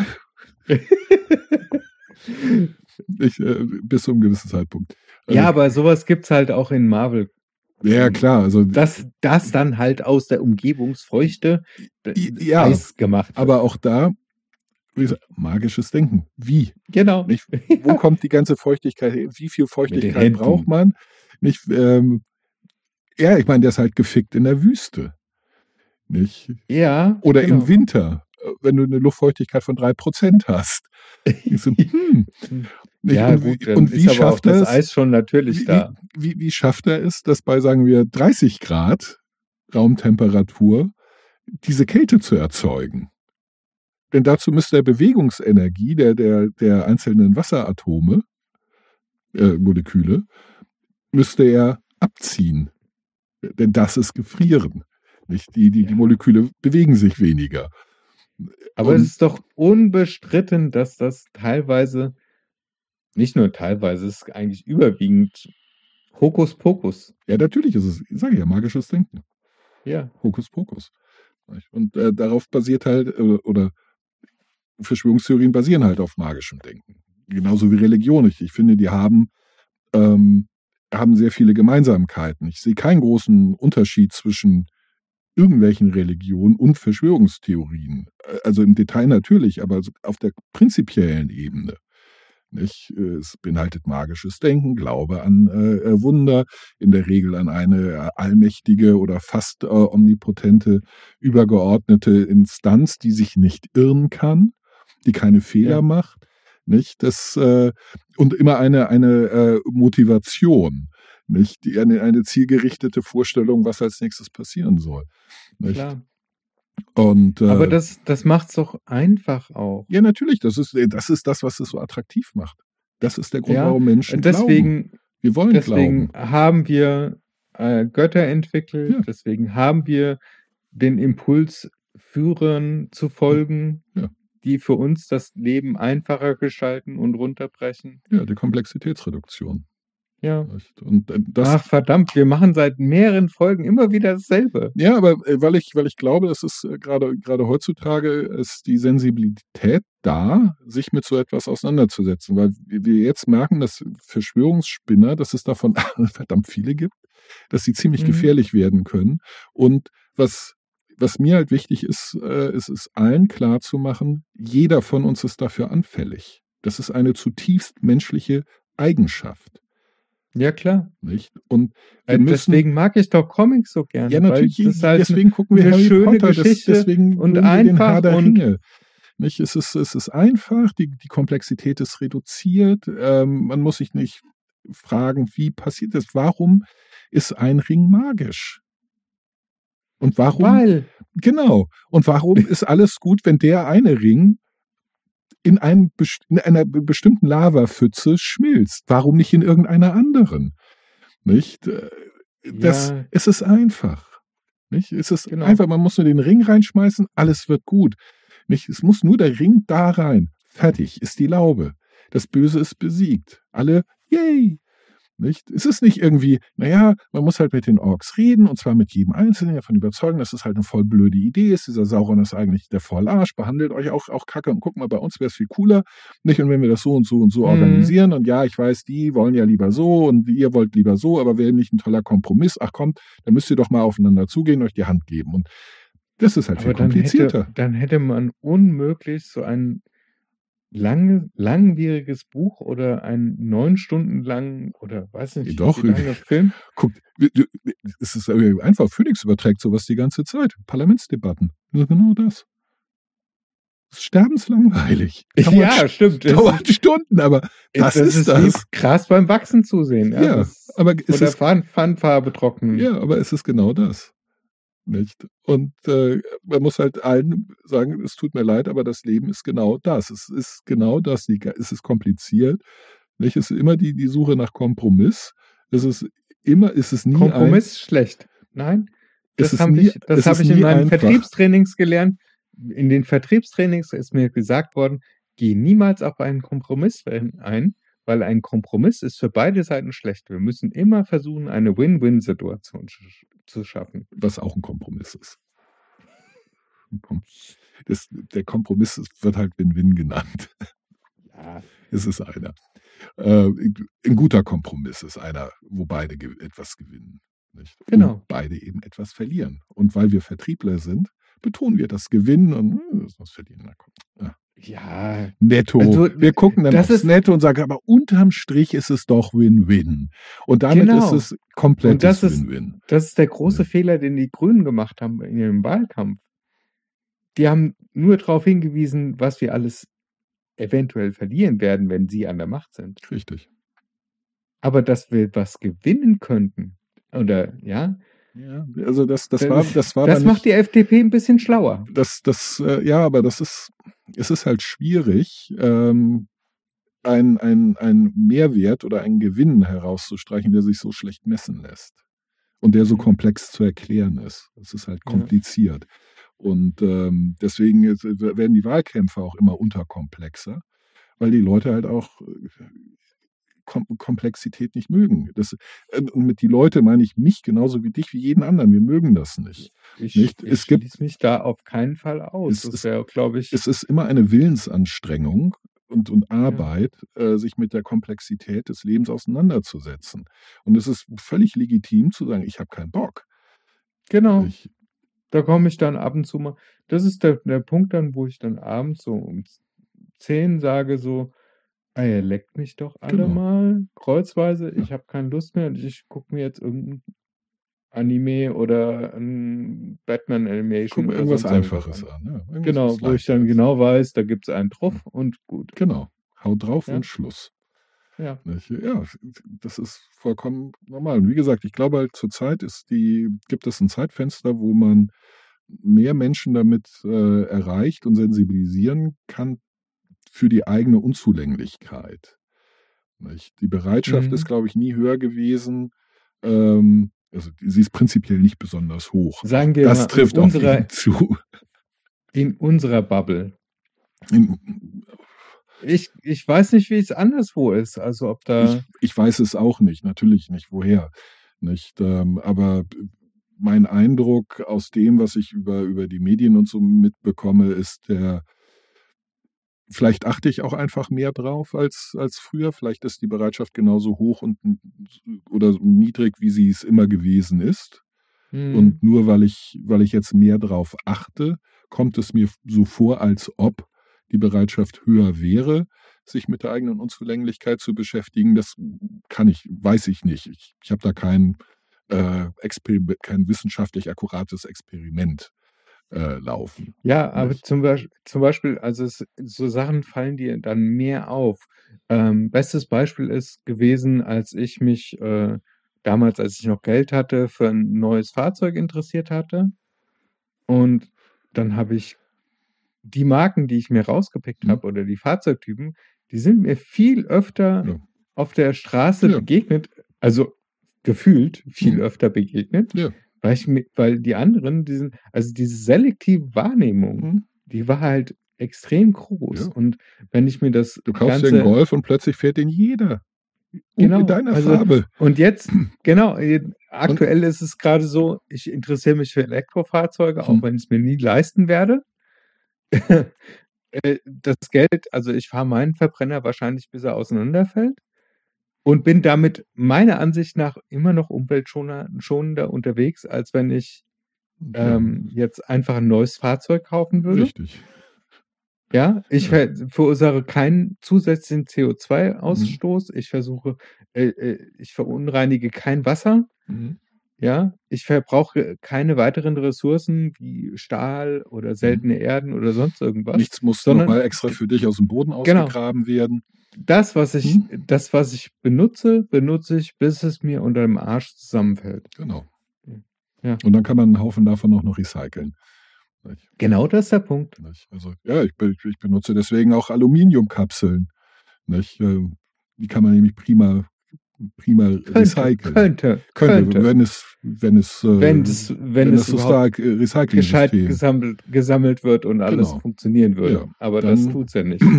ich, äh, bis zu einem gewissen Zeitpunkt. Also, Ja, aber sowas gibt's halt auch in Marvel. ja, klar. Also, Dass das dann halt aus der Umgebungsfeuchte I- ja, Eis gemacht wird. aber auch da, wie gesagt, magisches Denken. Wie? Genau. Nicht? Wo kommt die ganze Feuchtigkeit her? Wie viel Feuchtigkeit Händen. braucht man? Nicht, ähm, ja, ich meine, der ist halt gefickt in der Wüste. Nicht? Ja. Oder genau. im Winter, äh, wenn du eine Luftfeuchtigkeit von drei Prozent hast. Ich so, hm. Nicht? Ja, und, gut, wie, dann und wie ist aber auch schafft er das es? Eis schon natürlich Wie, da. wie, wie, wie schafft er es, dass bei, sagen wir, dreißig Grad Raumtemperatur diese Kälte zu erzeugen? Denn dazu müsste er Bewegungsenergie der, der, der einzelnen Wasseratome, äh, Moleküle, müsste er abziehen. Denn das ist Gefrieren. Nicht? Die, die, Ja. die Moleküle bewegen sich weniger. Aber Und es ist doch unbestritten, dass das teilweise, nicht nur teilweise, es ist eigentlich überwiegend Hokuspokus. ja, natürlich ist es, ich sage ja, magisches Denken. Ja. Hokuspokus. Nicht? Und äh, darauf basiert halt, äh, oder Verschwörungstheorien basieren halt auf magischem Denken. Genauso wie Religion. Ich, ich finde, die haben, ähm, haben sehr viele Gemeinsamkeiten. Ich sehe keinen großen Unterschied zwischen irgendwelchen Religionen und Verschwörungstheorien. Also im Detail natürlich, aber auf der prinzipiellen Ebene. Nicht? Es beinhaltet magisches Denken, Glaube an äh, Wunder, in der Regel an eine allmächtige oder fast äh, omnipotente, übergeordnete Instanz, die sich nicht irren kann, die keine Fehler Ja. macht. Nicht? Das, äh, und immer eine, eine äh, Motivation. Nicht? Die, eine, eine zielgerichtete Vorstellung, was als nächstes passieren soll. Nicht? Klar. Und, äh, Aber das, das macht es doch einfach auch. ja, natürlich, das ist, das ist das, was es so attraktiv macht. Das ist der Grund, Ja, warum Menschen glauben. deswegen, Wir wollen deswegen glauben. haben wir äh, Götter entwickelt, Ja. deswegen haben wir den Impuls, Führern zu folgen, Ja. die für uns das Leben einfacher gestalten und runterbrechen. Ja, die Komplexitätsreduktion. Ja. Nicht? Und äh, das, Ach verdammt, wir machen seit mehreren Folgen immer wieder dasselbe. ja, aber äh, weil ich, weil ich glaube, es ist äh, gerade gerade heutzutage ist die Sensibilität da, sich mit so etwas auseinanderzusetzen, weil wir jetzt merken, dass Verschwörungsspinner, dass es davon verdammt viele gibt, dass sie ziemlich Mhm. gefährlich werden können. Und was was mir halt wichtig ist, äh, ist es allen klar zu machen, jeder von uns ist dafür anfällig. Das ist eine zutiefst menschliche Eigenschaft. Ja, klar. Nicht? Und wir Äh, müssen, deswegen mag ich doch Comics so gerne. ja, weil natürlich, das ist halt deswegen gucken wir eine Harry schöne Potter, das, Geschichte deswegen und mögen wir den einfach Herr der und- Ringe. Nicht? Es, ist, es ist einfach, die, die Komplexität ist reduziert, ähm, man muss sich nicht fragen, wie passiert das, warum ist ein Ring magisch? Und warum, Weil, genau, und warum ist alles gut, wenn der eine Ring in, einem, best- in einer be- bestimmten Lavapfütze schmilzt? Warum nicht in irgendeiner anderen? Nicht? Äh, Das, Ja. Es ist einfach. Nicht? Es ist Genau. einfach, man muss nur den Ring reinschmeißen, alles wird gut. Nicht? Es muss nur der Ring da rein. Fertig, ist die Laube. Das Böse ist besiegt. Alle, yay! Nicht? Es ist nicht irgendwie, naja, man muss halt mit den Orks reden und zwar mit jedem Einzelnen davon überzeugen, dass es halt eine voll blöde Idee ist. Dieser Sauron ist eigentlich der Vollarsch, behandelt euch auch, auch kacke und guck mal, bei uns wäre es viel cooler. Nicht? Und wenn wir das so und so und so Mhm. organisieren und ja, ich weiß, die wollen ja lieber so und ihr wollt lieber so, aber wäre nicht ein toller Kompromiss. Ach kommt, dann müsst ihr doch mal aufeinander zugehen, euch die Hand geben. Und das ist halt aber viel dann komplizierter. hätte, dann hätte man unmöglich so ein lange, langwieriges Buch oder einen neun Stunden lang oder weiß nicht, Doch. wie lange Film. Guckt, es ist einfach, Phoenix überträgt sowas die ganze Zeit. Parlamentsdebatten. Das ist genau das. Das ist sterbenslangweilig. Dauert, Ja, stimmt. Das dauert Stunden, aber das, das ist ist das. wie krass beim Wachsen zusehen. Ja, Ja, das, aber es oder ist, Pfann- Pfannfarbe trocknen. ja, aber es ist genau das. Nicht? Und äh, man muss halt allen sagen, es tut mir leid, aber das Leben ist genau das. Es ist genau das. Die, es ist kompliziert. Nicht? Es ist immer die, die Suche nach Kompromiss. Es ist immer, es ist nie Kompromiss schlecht. Nein, Es das ist habe nie- ich, das es hab ist ich in nie meinen einfach. Vertriebstrainings gelernt. In den Vertriebstrainings ist mir gesagt worden, geh niemals auf einen Kompromiss ein, weil ein Kompromiss ist für beide Seiten schlecht. Wir müssen immer versuchen, eine Win-Win-Situation sch- zu schaffen. was auch ein Kompromiss ist. Das, der Kompromiss ist- wird halt Win-Win genannt. Ja, Es ist einer. Äh, ein guter Kompromiss ist einer, wo beide ge etwas gewinnen. Nicht? Genau. Und beide eben etwas verlieren. Und weil wir Vertriebler sind, betonen wir das Gewinnen und hm, das Verlieren. Na, komm. Ja. ja, Netto. Also, wir gucken dann das aufs ist- Netto und sagen, aber unterm Strich ist es doch Win-Win. Und damit Genau. ist es komplettes Und das ist- Win-Win. das ist der große Ja. Fehler, den die Grünen gemacht haben in ihrem Wahlkampf. Die haben nur darauf hingewiesen, was wir alles eventuell verlieren werden, wenn sie an der Macht sind. Richtig. Aber dass wir was gewinnen könnten, oder ja, Ja, also das, das Das- war, das war das aber macht nicht, die F D P ein bisschen schlauer. das, das, äh, ja, aber das ist, es ist halt schwierig, ähm, ein, ein, ein Mehrwert oder einen Gewinn herauszustreichen, der sich so schlecht messen lässt. und der so komplex zu erklären ist. Es ist halt kompliziert. Ja. Und ähm, deswegen ist, werden die Wahlkämpfe auch immer unterkomplexer, weil die Leute halt auch Kom- Komplexität nicht mögen. Das, äh, und mit die Leute meine ich mich genauso wie dich, wie jeden anderen. Wir mögen das nicht. Ich, nicht? ich Es gibt, schließe mich da auf keinen Fall aus. Es das ist, wäre, glaube ich. Es ist immer eine Willensanstrengung und, und Arbeit, ja. äh, sich mit der Komplexität des Lebens auseinanderzusetzen. Und es ist völlig legitim zu sagen, ich habe keinen Bock. Genau. Ich, da komme ich dann ab und zu mal. Das ist der, der Punkt dann, wo ich dann abends so um zehn sage so, ah, ihr leckt mich doch alle Genau. mal kreuzweise. Ja. Ich habe keine Lust mehr und ich gucke mir jetzt irgendein Anime oder ein Batman Animation Guck mal oder irgendwas sonst Einfaches an. an. Ja, irgendwas, Genau, was wo ich dann Leichteres. genau weiß, da gibt es einen drauf Ja. und gut. Genau. Hau drauf Ja. und Schluss. Ja. Nicht? Ja, das ist vollkommen normal. Und wie gesagt, ich glaube halt zurzeit ist die, gibt es ein Zeitfenster, wo man mehr Menschen damit äh, erreicht und sensibilisieren kann für die eigene Unzulänglichkeit. Nicht? Die Bereitschaft Mhm. ist, glaube ich, nie höher gewesen. Ähm, also sie ist prinzipiell nicht besonders hoch. Sagen wir das mal, trifft in auf unserer, jeden zu. in unserer Bubble. In, Ich, ich weiß nicht, wie es anderswo ist. Also ob da. ich, ich weiß es auch nicht, natürlich nicht, woher. Nicht? Ähm, aber mein Eindruck aus dem, was ich über, über die Medien und so mitbekomme, ist der, vielleicht achte ich auch einfach mehr drauf als, als früher. Vielleicht ist die Bereitschaft genauso hoch und oder so niedrig, wie sie es immer gewesen ist. Hm. Und nur weil ich, weil ich jetzt mehr drauf achte, kommt es mir so vor, als ob die Bereitschaft höher wäre, sich mit der eigenen Unzulänglichkeit zu beschäftigen. Das kann ich, weiß ich nicht. Ich, ich habe da kein, äh, Exper- kein wissenschaftlich akkurates Experiment äh, laufen. Ja, aber Nicht? zum Beispiel, zum Beispiel, also es, so Sachen fallen dir dann mehr auf. Ähm, bestes Beispiel ist gewesen, als ich mich äh, damals, als ich noch Geld hatte, für ein neues Fahrzeug interessiert hatte. Und dann habe ich die Marken, die ich mir rausgepickt Mhm. habe, oder die Fahrzeugtypen, die sind mir viel öfter Ja. auf der Straße Ja. begegnet, also gefühlt viel Mhm. öfter begegnet, Ja. weil ich mi- weil die anderen, diesen, also diese selektive Wahrnehmung, Mhm. die war halt extrem groß. Ja. Und wenn ich mir das Du kaufst dir einen Ganze, Golf und plötzlich fährt den jeder. Und genau, in deiner also Farbe. und jetzt, genau, äh, aktuell ist es gerade so, ich interessiere mich für Elektrofahrzeuge, auch Hm. wenn ich es mir nie leisten werde. Äh, Das Geld, also ich fahre meinen Verbrenner wahrscheinlich, bis er auseinanderfällt und bin damit meiner Ansicht nach immer noch umweltschonender unterwegs, als wenn ich Ja, ähm, jetzt einfach ein neues Fahrzeug kaufen würde. richtig. Ja, ich Ja. ver verursache keinen zusätzlichen C O zwei Ausstoß. Ich versuche, äh, äh, ich verunreinige kein Wasser. Mhm. Ja, ich verbrauche keine weiteren Ressourcen wie Stahl oder seltene Erden oder sonst irgendwas. Nichts muss sondern nochmal extra für dich aus dem Boden Genau. ausgegraben werden. das, was ich, Hm? das, was ich benutze, benutze ich, bis es mir unter dem Arsch zusammenfällt. Genau. Ja. Und dann kann man einen Haufen davon auch noch recyceln. Nicht? Genau das ist der Punkt. Nicht? Also, ja, ich, be- ich benutze deswegen auch Aluminiumkapseln. Nicht? Ähm, Die kann man nämlich prima, prima Könnte, recyceln. könnte, Könnte, könnte. wenn es, wenn es, äh, Wenn es, wenn wenn es es so überhaupt stark äh, gescheit Recycling-System. gesammelt, gesammelt wird und alles Genau. funktionieren würde. Ja, Aber dann- das tut's ja nicht.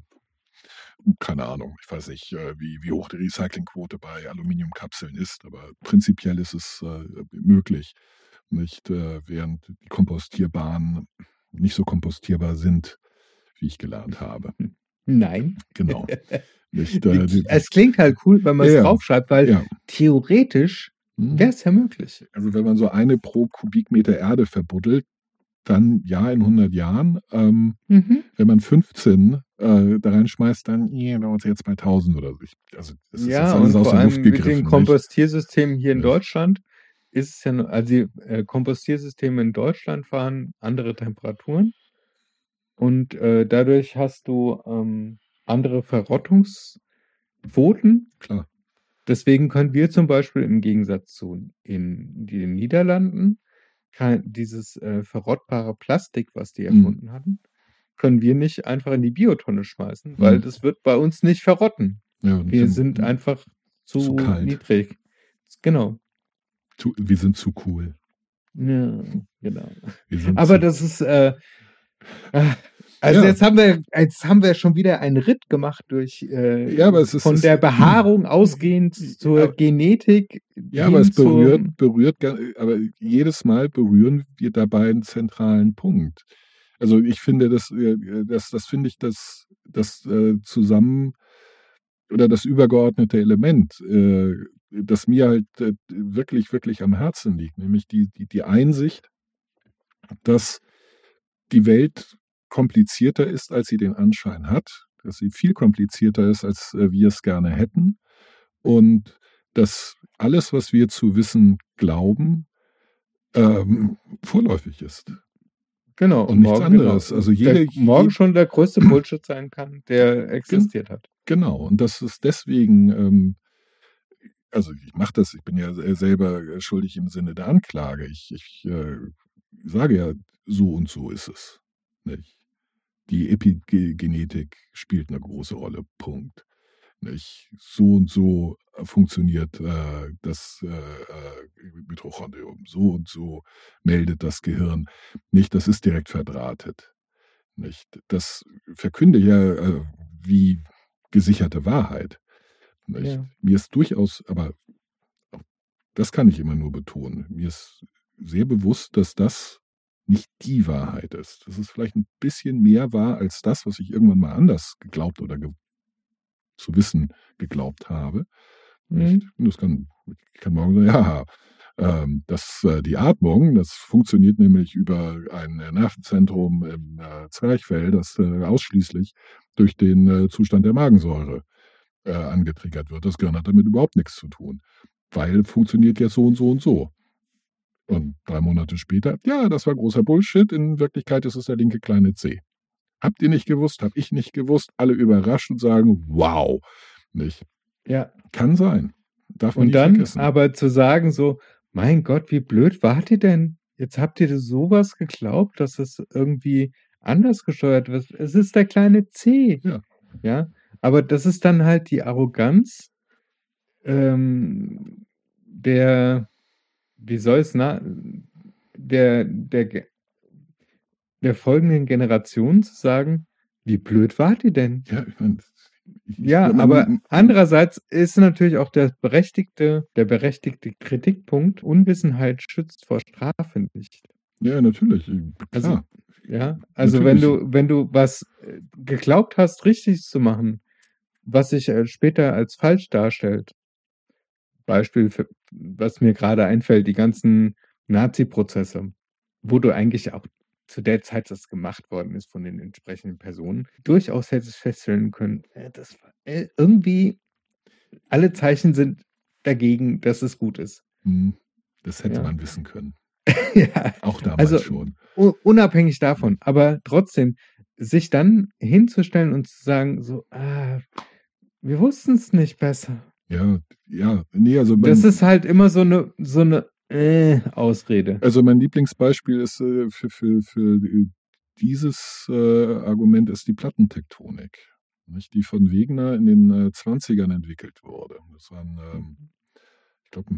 Keine Ahnung, ich weiß nicht, äh, wie, wie hoch die Recyclingquote bei Aluminiumkapseln ist, aber prinzipiell ist es äh, möglich. Nicht, äh, während die kompostierbaren nicht so kompostierbar sind, wie ich gelernt habe. Nein. Genau. Nicht, äh, die, Es klingt halt cool, wenn man es Ja, ja. draufschreibt, weil ja. theoretisch Hm. wäre es ja möglich. Also wenn man so eine pro Kubikmeter Erde verbuddelt, dann ja in hundert Jahren. Ähm, Mhm. wenn man fünfzehn äh, da reinschmeißt, dann yeah, dauert es jetzt bei tausend oder so. Ich, also das ist Ja, jetzt und alles aus vor der allem Luft mit gegriffen. den nicht? Kompostiersystemen hier in Nicht? Deutschland ist es ja, nur- also die äh, Kompostiersysteme in Deutschland fahren andere Temperaturen und äh, dadurch hast du ähm, andere Verrottungsquoten. Klar. Deswegen können wir zum Beispiel im Gegensatz zu in den Niederlanden kein, dieses äh, verrottbare Plastik, was die Mhm. erfunden hatten, können wir nicht einfach in die Biotonne schmeißen, weil Mhm. das wird bei uns nicht verrotten. Ja, und Wir dem- sind einfach zu, zu kalt. niedrig. Genau. Zu, wir sind zu cool. Ja, genau. Wir sind Aber zu, das ist, äh, äh, also ja, jetzt haben wir, jetzt haben wir schon wieder einen Ritt gemacht durch äh, ja, aber es ist, von es, der Behaarung ausgehend zur aber, Genetik ja, aber es hin berührt, zum. berührt, ga- aber jedes Mal berühren wir dabei einen zentralen Punkt. Also ich finde, das, äh, das, das finde ich das, das äh, zusammen oder das übergeordnete Element, äh, das mir halt äh, wirklich, wirklich am Herzen liegt, nämlich die, die, die Einsicht, dass die Welt komplizierter ist, als sie den Anschein hat, dass sie viel komplizierter ist, als äh, wir es gerne hätten und dass alles, was wir zu wissen glauben, ähm, vorläufig ist. Genau, Und nichts morgen, anderes. genau. Also Der, jede, morgen jede, schon der größte Bullshit sein kann, der existiert hat. genau. Und das ist deswegen, ähm, also ich mache das, ich bin ja selber schuldig im Sinne der Anklage. Ich, ich äh, sage ja, so und so ist es. Nicht? Die Epigenetik spielt eine große Rolle. Punkt. Nicht? So und so funktioniert äh, das äh, Mitochondrium. So und so meldet das Gehirn. Nicht, das ist direkt verdrahtet. Nicht? Das verkünde ich ja äh, wie gesicherte Wahrheit. Nicht? Ja. Mir ist durchaus, aber das kann ich immer nur betonen, mir ist sehr bewusst, dass das nicht die Wahrheit ist. Das ist vielleicht ein bisschen mehr wahr als das, was ich irgendwann mal anders geglaubt oder ge zu wissen geglaubt habe. Mhm. Das kann, ich kann morgen sagen, ja, ähm, das, äh, die Atmung, das funktioniert nämlich über ein Nervenzentrum im äh, Zwerchfell, das äh, ausschließlich durch den äh, Zustand der Magensäure äh, angetriggert wird. Das Gehirn hat damit überhaupt nichts zu tun, weil funktioniert ja so und so und so. Und drei Monate später, ja, das war großer Bullshit. In Wirklichkeit ist es der linke kleine C. Habt ihr nicht gewusst, hab ich nicht gewusst. Alle überrascht und sagen, wow. Nicht? Ja. Kann sein. Darf man Und nie dann vergessen. aber zu sagen so, mein Gott, wie blöd wart ihr denn? Jetzt habt ihr sowas geglaubt, dass es irgendwie anders gesteuert wird. Es ist der kleine C. Ja. Ja. Aber das ist dann halt die Arroganz ähm, der, wie soll es, na, der, der, der folgenden Generation zu sagen, wie blöd wart ihr denn? Ja, ich mein, ich, Ja, man, aber man, andererseits ist natürlich auch der berechtigte, der berechtigte Kritikpunkt, Unwissenheit schützt vor Strafe nicht. Ja, natürlich. Also, Klar. ja, also wenn Natürlich. du, wenn du was äh, geglaubt hast, richtig zu machen, was sich äh, später als falsch darstellt, Beispiel, für, was mir gerade einfällt, die ganzen Nazi-Prozesse, wo du eigentlich auch zu der Zeit, das gemacht worden ist von den entsprechenden Personen, durchaus hättest feststellen können, äh, das war, äh, irgendwie alle Zeichen sind dagegen, dass es gut ist. Hm, Das hätte Ja. man wissen können. Ja, Auch damals also schon. u- unabhängig davon, aber trotzdem, sich dann hinzustellen und zu sagen, so, ah, wir wussten es nicht besser. Ja, ja. Nee, also mein, Das ist halt immer so eine, so eine äh, Ausrede. also mein Lieblingsbeispiel ist äh, für, für, für dieses äh, Argument ist die Plattentektonik, nicht? Die von Wegener in den äh, zwanzigern entwickelt wurde. Das war ein, ähm, ich glaube,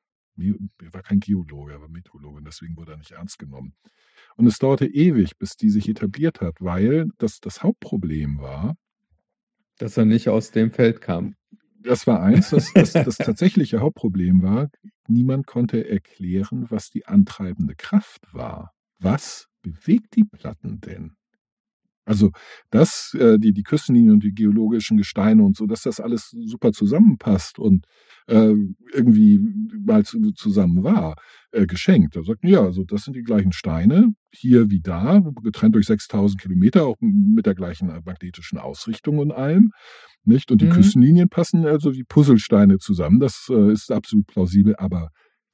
er war kein Geologe, er war Meteorologe und deswegen wurde er nicht ernst genommen. Und es dauerte ewig, bis die sich etabliert hat, weil das, das Hauptproblem war, Dass er nicht aus dem Feld kam. das war eins, das, das, das tatsächliche Hauptproblem war, niemand konnte erklären, was die antreibende Kraft war. Was bewegt die Platten denn? Also, dass äh, die, die Küstenlinien und die geologischen Gesteine und so, dass das alles super zusammenpasst und äh, irgendwie mal zu, zusammen war, äh, geschenkt. Da sagten, ja, also das sind die gleichen Steine, hier wie da, getrennt durch sechstausend Kilometer, auch mit der gleichen magnetischen Ausrichtung und allem. Nicht? Und die Mhm. Küstenlinien passen also wie Puzzlesteine zusammen. Das äh, ist absolut plausibel, aber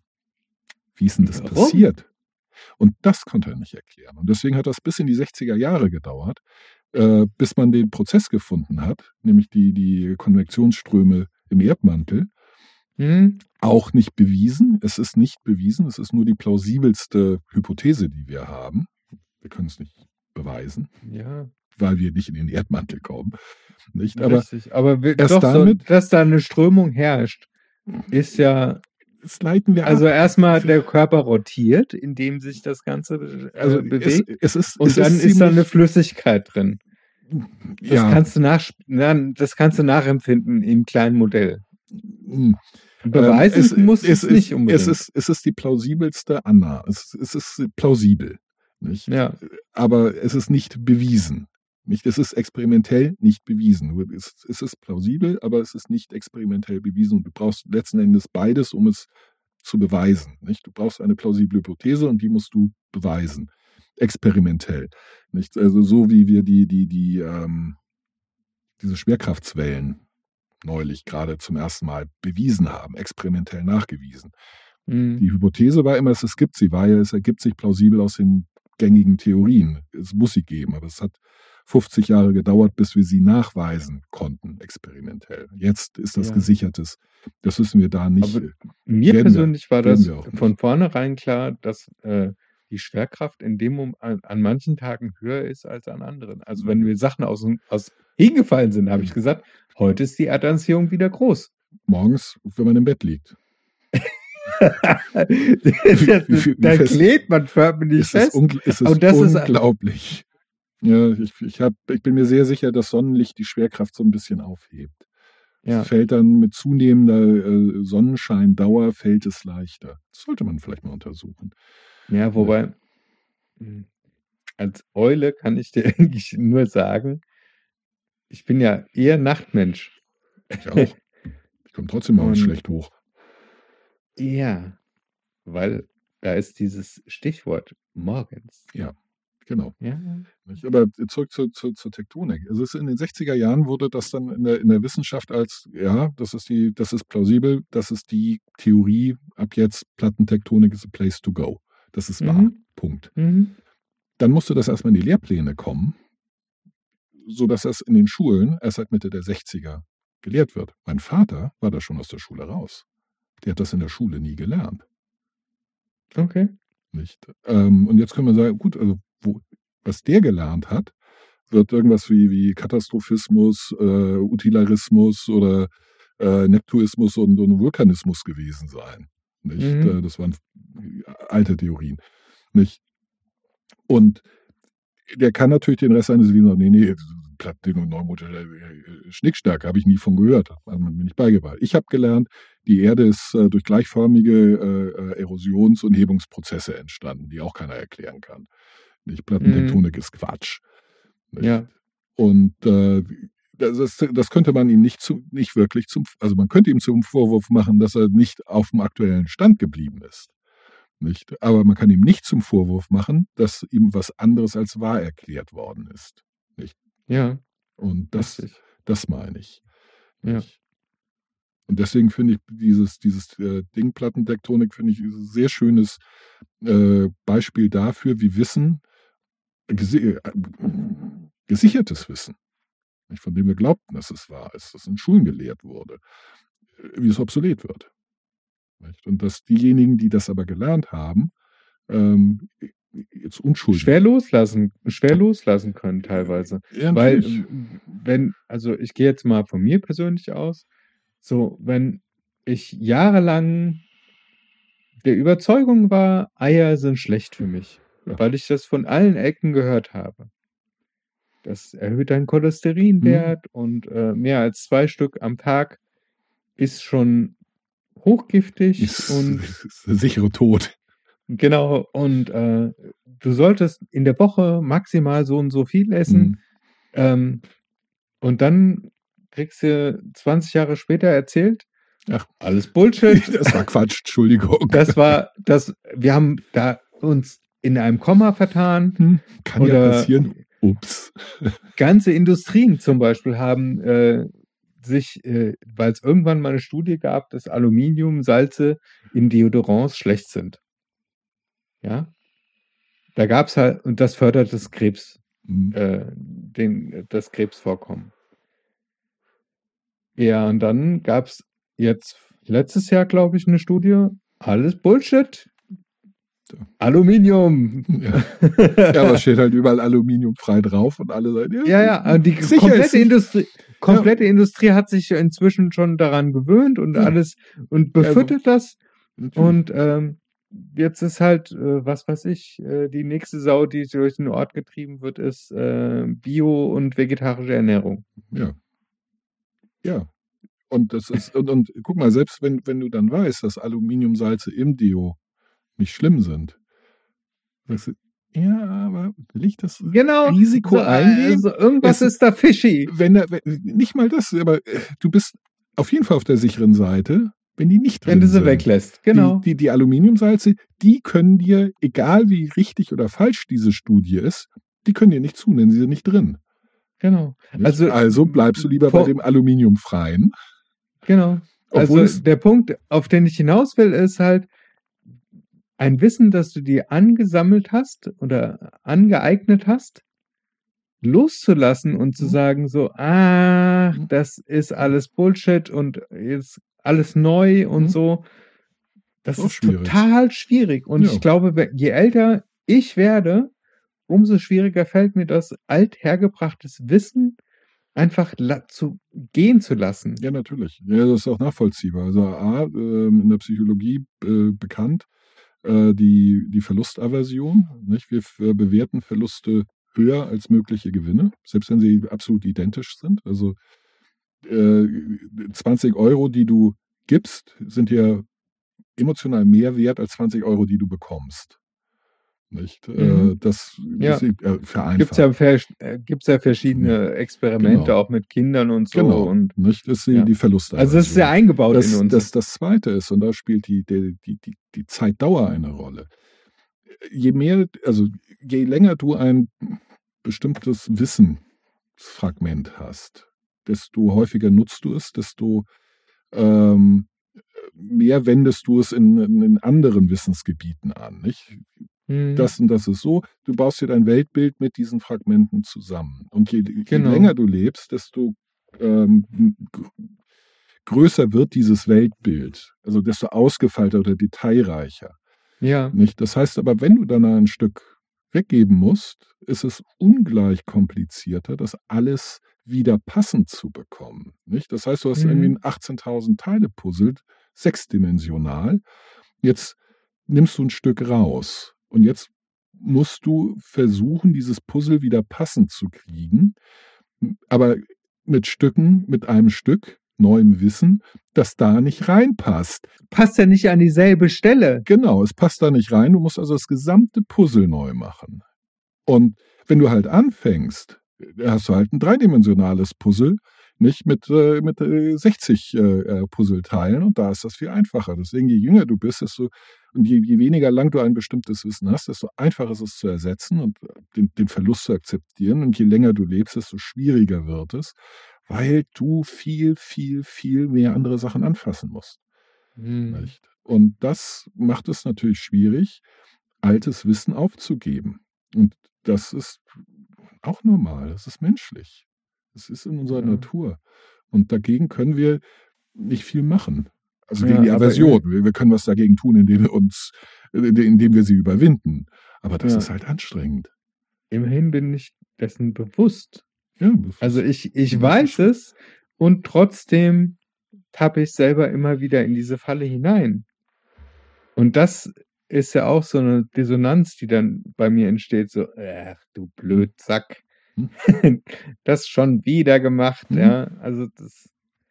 wie ist denn das Warum? passiert? Und das konnte er nicht erklären. Und deswegen hat das bis in die sechziger Jahre gedauert, äh, bis man den Prozess gefunden hat, nämlich die, die Konvektionsströme im Erdmantel. Hm? Auch nicht bewiesen. Es ist nicht bewiesen. Es ist nur die plausibelste Hypothese, die wir haben. Wir können es nicht beweisen, Ja, weil wir nicht in den Erdmantel kommen. Nicht? Aber richtig. Aber wir, erst doch, so, damit- dass da eine Strömung herrscht, ist ja das leiten wir Also ab. erstmal der Körper rotiert, indem sich das Ganze äh, Also bewegt. Es, es ist, und es dann ist, ist da ziemlich- eine Flüssigkeit drin. Das ja, kannst du nach, na, das kannst du nachempfinden im kleinen Modell. mh. Beweisen Ähm, es, muss es, es nicht ist, unbedingt. Es ist, es ist die plausibelste Anna. Es, es ist plausibel. Nicht? ja. Aber es ist nicht bewiesen. Nicht? Es ist experimentell nicht bewiesen. Es, es ist plausibel, aber es ist nicht experimentell bewiesen. Und du brauchst letzten Endes beides, um es zu beweisen. Nicht? Du brauchst eine plausible Hypothese und die musst du beweisen. Experimentell. Nicht? Also so wie wir die, die, die, ähm, diese Schwerkraftswellen neulich gerade zum ersten Mal bewiesen haben, experimentell nachgewiesen. Mhm. Die Hypothese war immer, es gibt sie, weil es ergibt sich plausibel aus den gängigen Theorien. Es muss sie geben, aber es hat fünfzig Jahre gedauert, bis wir sie nachweisen konnten, experimentell. Jetzt ist das Ja. Gesichertes. Das wissen wir da nicht. Aber Mir Werden wir- persönlich war werden das wir auch nicht. von vornherein klar, dass äh, die Schwerkraft in dem Moment an, an manchen Tagen höher ist als an anderen. Also wenn mir Sachen aus, dem- aus hingefallen sind, habe ich gesagt, heute ist die Erdanziehung wieder groß. Morgens, wenn man im Bett liegt. Dann wie fest- klebt man förmlich Ist es, fest. ungl ist es Und das ist- unglaublich. Ja, ich, ich, hab, ich bin mir sehr sicher, dass Sonnenlicht die Schwerkraft so ein bisschen aufhebt. Ja. Es fällt dann mit zunehmender äh, Sonnenscheindauer fällt es leichter. Das sollte man vielleicht mal untersuchen. Ja, wobei, mh, als Eule kann ich dir eigentlich nur sagen, ich bin ja eher Nachtmensch. Ich auch. Ich komme trotzdem mal Und- schlecht hoch. Ja, weil da ist dieses Stichwort morgens. Genau. Ja, Nicht? Aber zurück zu, zu, zur Tektonik. Also es in den sechziger Jahren wurde das dann in der, in der Wissenschaft als, ja, das ist die, das ist plausibel, das ist die Theorie, ab jetzt Plattentektonik is a place to go. Das ist wahr. Mhm. Punkt. mhm. Dann musste das erstmal in die Lehrpläne kommen, sodass das in den Schulen erst seit Mitte der sechziger gelehrt wird. Mein Vater war da schon aus der Schule raus. Der hat das in der Schule nie gelernt. Okay. Nicht? Ähm, und jetzt können wir sagen, gut, also wo, was der gelernt hat, wird irgendwas wie, wie Katastrophismus, äh, Utilarismus oder äh, Neptuismus und, und Vulkanismus gewesen sein. Nicht? Mhm. Äh, Das waren alte Theorien. Nicht? Und der kann natürlich den Rest seines Lebens sagen, nee, nee, Plattin und Neumodell, Schnickschnack, habe ich nie von gehört, hat man mir nicht beigebracht. Ich habe gelernt, die Erde ist äh, durch gleichförmige äh, Erosions- und Hebungsprozesse entstanden, die auch keiner erklären kann. Nicht? Plattentektonik ist Quatsch. Nicht? Ja. Und äh, das, ist- das könnte man ihm nicht, zu, nicht wirklich zum, also man könnte ihm zum Vorwurf machen, dass er nicht auf dem aktuellen Stand geblieben ist. Nicht? Aber man kann ihm nicht zum Vorwurf machen, dass ihm was anderes als wahr erklärt worden ist. Ja. Und das, Richtig. das meine ich. Ja. Nicht? Und deswegen finde ich dieses, dieses äh, Ding Plattentektonik, finde ich, ist ein sehr schönes äh, Beispiel dafür, wie Wissen, gesi äh, gesichertes Wissen, nicht, von dem wir glaubten, dass es wahr ist, das in Schulen gelehrt wurde, äh, wie es obsolet wird. Nicht? Und dass diejenigen, die das aber gelernt haben, ähm, jetzt unschuldig. Schwer loslassen, schwer loslassen können teilweise. Ja, Weil, natürlich. ähm, wenn, also ich gehe jetzt mal von mir persönlich aus, so, wenn ich jahrelang der Überzeugung war, Eier sind schlecht für mich, Ja. weil ich das von allen Ecken gehört habe. Das erhöht deinen Cholesterinwert und äh, mehr als zwei Stück am Tag ist schon hochgiftig ist, und ist der sichere Tod. genau, und äh, du solltest in der Woche maximal so und so viel essen. Mhm. Ähm, und dann kriegst du zwanzig Jahre später erzählt, Ach. alles Bullshit. Das war Quatsch, Entschuldigung. Das war, das, wir haben da uns in einem Komma vertan. Hm, kann ja Oder- passieren. Ups. Ganze Industrien zum Beispiel haben äh, sich, äh, weil es irgendwann mal eine Studie gab, dass Aluminiumsalze in Deodorants schlecht sind. Ja. Da gab es halt, und das fördert das Krebs, Hm. äh, den, das Krebsvorkommen. Ja, und dann gab es jetzt letztes Jahr, glaube ich, eine Studie. Alles Bullshit. Ja. Aluminium. Ja. Ja, aber es steht halt überall aluminiumfrei drauf und alle sagen, Ja, ja, und die sicher ist komplette sicher. Industrie, komplette Industrie hat sich inzwischen schon daran gewöhnt und Ja. alles und befüttert das. Natürlich. Und ähm, jetzt ist halt, äh, was weiß ich, äh, die nächste Sau, die durch den Ort getrieben wird, ist äh, Bio- und vegetarische Ernährung. Ja. Ja. Und das ist, und, und guck mal, selbst wenn, wenn du dann weißt, dass Aluminiumsalze im Deo nicht schlimm sind, sagst du, ja, aber will ich das Genau, Risiko so, eingehen? also irgendwas Es- ist da fishy. Wenn, da- wenn nicht mal das, aber äh, du bist auf jeden Fall auf der sicheren Seite, wenn die nicht drin Wenn du sie sind. weglässt, genau. Die, die, die Aluminiumsalze, die können dir, egal wie richtig oder falsch diese Studie ist, die können dir nicht zunehmen, sie sind nicht drin. Genau. Nicht? Also, Also bleibst du lieber bei vor- dem Aluminiumfreien. Genau. Obwohl Also es- der Punkt, auf den ich hinaus will, ist halt ein Wissen, das du dir angesammelt hast oder angeeignet hast, loszulassen und zu Mhm. sagen so, ah, Mhm. das ist alles Bullshit und ist alles neu und Mhm. so. Das Auch ist schwierig. total schwierig. Und Ja. ich glaube, we- je älter ich werde, umso schwieriger fällt mir das althergebrachtes Wissen einfach la- zu gehen zu lassen. Ja, natürlich. Ja, das ist auch nachvollziehbar. Also A, ähm, in der Psychologie äh, bekannt, äh, die, die Verlustaversion. Nicht? Wir f- bewerten Verluste höher als mögliche Gewinne, selbst wenn sie absolut identisch sind. Also äh, zwanzig Euro, die du gibst, sind ja emotional mehr wert als zwanzig Euro, die du bekommst. Nicht? Mhm. Äh, das Ja. ist äh, vereinfacht. Gibt's ja, ver- äh, gibt's ja verschiedene Experimente, Genau. auch mit Kindern und so. Genau. Und Nicht? Das ist die, ja. die Verlustaversion. also es ist ja eingebaut das, in uns. Das, das Zweite ist, und da spielt die, die, die, die, die Zeitdauer eine Rolle. Je mehr, also je länger du ein bestimmtes Wissensfragment hast, desto häufiger nutzt du es, desto ähm, mehr wendest du es in, in, in anderen Wissensgebieten an. Nicht? Mhm. Das und das ist so, du baust dir dein Weltbild mit diesen Fragmenten zusammen. Und je, je Genau. länger du lebst, desto ähm, g- größer wird dieses Weltbild, also desto ausgefeilter oder detailreicher. Ja, Nicht? Das heißt aber, wenn du dann ein Stück weggeben musst, ist es ungleich komplizierter, das alles wieder passend zu bekommen. Nicht? Das heißt, du hast Mhm. irgendwie ein achtzehntausend Teile puzzelt, sechsdimensional. Jetzt nimmst du ein Stück raus und jetzt musst du versuchen, dieses Puzzle wieder passend zu kriegen, aber mit Stücken, mit einem Stück neuem Wissen, das da nicht reinpasst. passt ja nicht an dieselbe Stelle. Genau, es passt da nicht rein. Du musst also das gesamte Puzzle neu machen. Und wenn du halt anfängst, hast du halt ein dreidimensionales Puzzle, nicht mit, äh, mit äh, sechzig äh, Puzzleteilen, und da ist das viel einfacher. Deswegen, je jünger du bist, desto, und je, je weniger lang du ein bestimmtes Wissen hast, desto einfacher ist es zu ersetzen und den, den Verlust zu akzeptieren. Und je länger du lebst, desto schwieriger wird es, weil du viel, viel, viel mehr andere Sachen anfassen musst. Mhm. Nicht? Und das macht es natürlich schwierig, altes Wissen aufzugeben. Und das ist auch normal, das ist menschlich. Das ist in unserer Ja. Natur. Und dagegen können wir nicht viel machen. Also Ja, gegen die aber Aversion. Wir, wir können was dagegen tun, indem wir uns, indem wir sie überwinden. Aber das Ja. ist halt anstrengend. Immerhin bin ich dessen bewusst. Ja, das Also ist- ich, ich das ist weiß schon- es und trotzdem tappe ich selber immer wieder in diese Falle hinein. Und das ist ja auch so eine Dissonanz, die dann bei mir entsteht, so, ach du Blödsack. Hm. Das schon wieder gemacht, Hm. ja. Also das,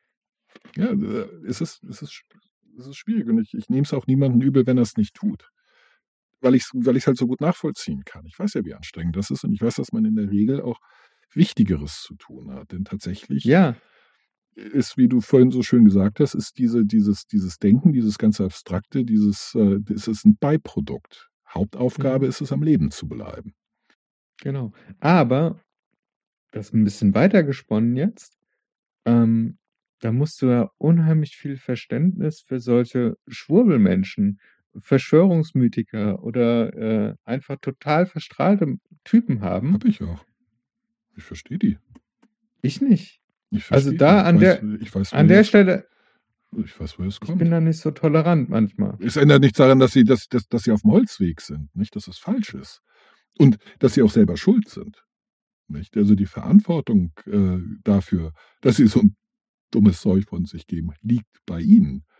Ja, äh, es ist, es ist, es ist schwierig und ich, ich nehme es auch niemandem übel, wenn er es nicht tut. Weil ich es weil ich's halt so gut nachvollziehen kann. Ich weiß ja, wie anstrengend das ist und ich weiß, dass man in der Regel auch Wichtigeres zu tun hat. Denn tatsächlich ja, ist, wie du vorhin so schön gesagt hast, ist diese, dieses, dieses Denken, dieses ganze Abstrakte, dieses, äh, das ist ein Beiprodukt. Hauptaufgabe Mhm. ist es, am Leben zu bleiben. genau. Aber, das ein bisschen weiter gesponnen jetzt, ähm, da musst du ja unheimlich viel Verständnis für solche Schwurbelmenschen, Verschwörungsmythiker oder äh, einfach total verstrahlte Typen haben. Hab ich auch. Ich verstehe die. Ich nicht. Ich Also verstehe da die. an ich der- weiß, ich weiß, An woher der es- Stelle, Ich weiß, woher es ich kommt. bin da nicht so tolerant manchmal. Es ändert nichts daran, dass sie, dass, dass, dass sie auf dem Holzweg sind, nicht, dass es falsch ist. Und dass sie auch selber schuld sind. Nicht? Also die Verantwortung äh, dafür, dass sie so ein dummes Zeug von sich geben, liegt bei ihnen.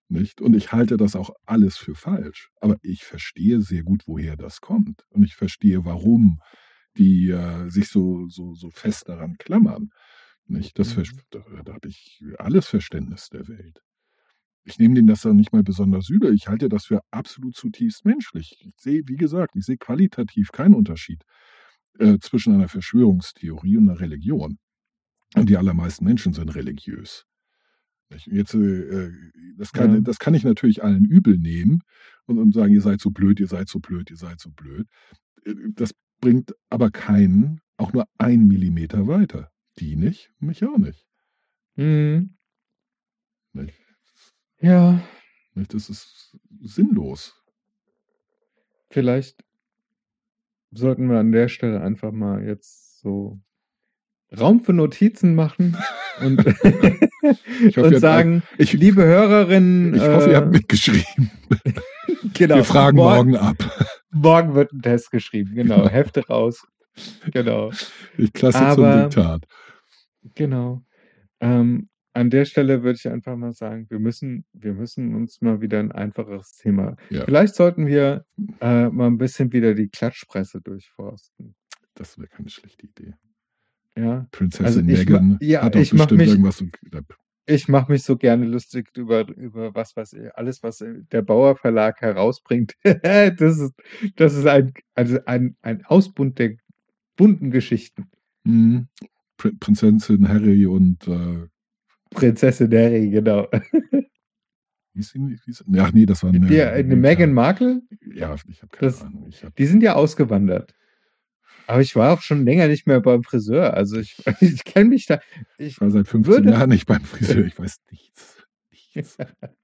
Nicht? Und ich halte das auch alles für falsch. Aber ich verstehe sehr gut, woher das kommt. Und ich verstehe, warum die äh, sich so, so, so fest daran klammern. Nicht? Das, Mhm. Da, da habe ich alles Verständnis der Welt. Ich nehme denen das dann nicht mal besonders übel. Ich halte das für absolut zutiefst menschlich. Ich sehe, wie gesagt, ich sehe qualitativ keinen Unterschied äh, zwischen einer Verschwörungstheorie und einer Religion. Und die allermeisten Menschen sind religiös. Jetzt, äh, das, kann, Ja. das kann ich natürlich allen übel nehmen und, und sagen, ihr seid so blöd, ihr seid so blöd, ihr seid so blöd. Das bringt aber keinen auch nur ein Millimeter weiter. Die nicht, mich auch nicht. Mhm. Nicht? Ja. Nicht? Das ist sinnlos. Vielleicht sollten wir an der Stelle einfach mal jetzt so Raum für Notizen machen und, ich hoffe, und sagen, ich, liebe Hörerinnen. Ich hoffe, äh, ihr habt mitgeschrieben. Genau. Wir fragen morgen, morgen ab. Morgen wird ein Test geschrieben, genau. genau. Hefte raus. Genau. Ich klasse Aber, zum Diktat. Genau. Ähm, an der Stelle würde ich einfach mal sagen, wir müssen, wir müssen uns mal wieder ein einfaches Thema. Ja. Vielleicht sollten wir äh, mal ein bisschen wieder die Klatschpresse durchforsten. Das wäre keine schlechte Idee. Ja. Prinzessin also ich Meghan ja, hat doch ich mach bestimmt mich, irgendwas. So, ich mache mich so gerne lustig über, über was, was alles, was der Bauer Verlag herausbringt. das ist, das ist ein, also ein, ein Ausbund der bunten Geschichten. Mhm. Pr- Prinzessin Harry und äh, Prinzessin Harry, genau. Wie ist sie, wie ist, ach nee, das war eine, Die, eine Meghan Markle? Ja, ich habe keine das, Ahnung. Ich hab, die sind ja ausgewandert. Aber ich war auch schon länger nicht mehr beim Friseur. Also ich, ich kenne mich da. Ich, ich war seit fünfzehn würde, Jahren nicht beim Friseur. Ich weiß nichts. nichts.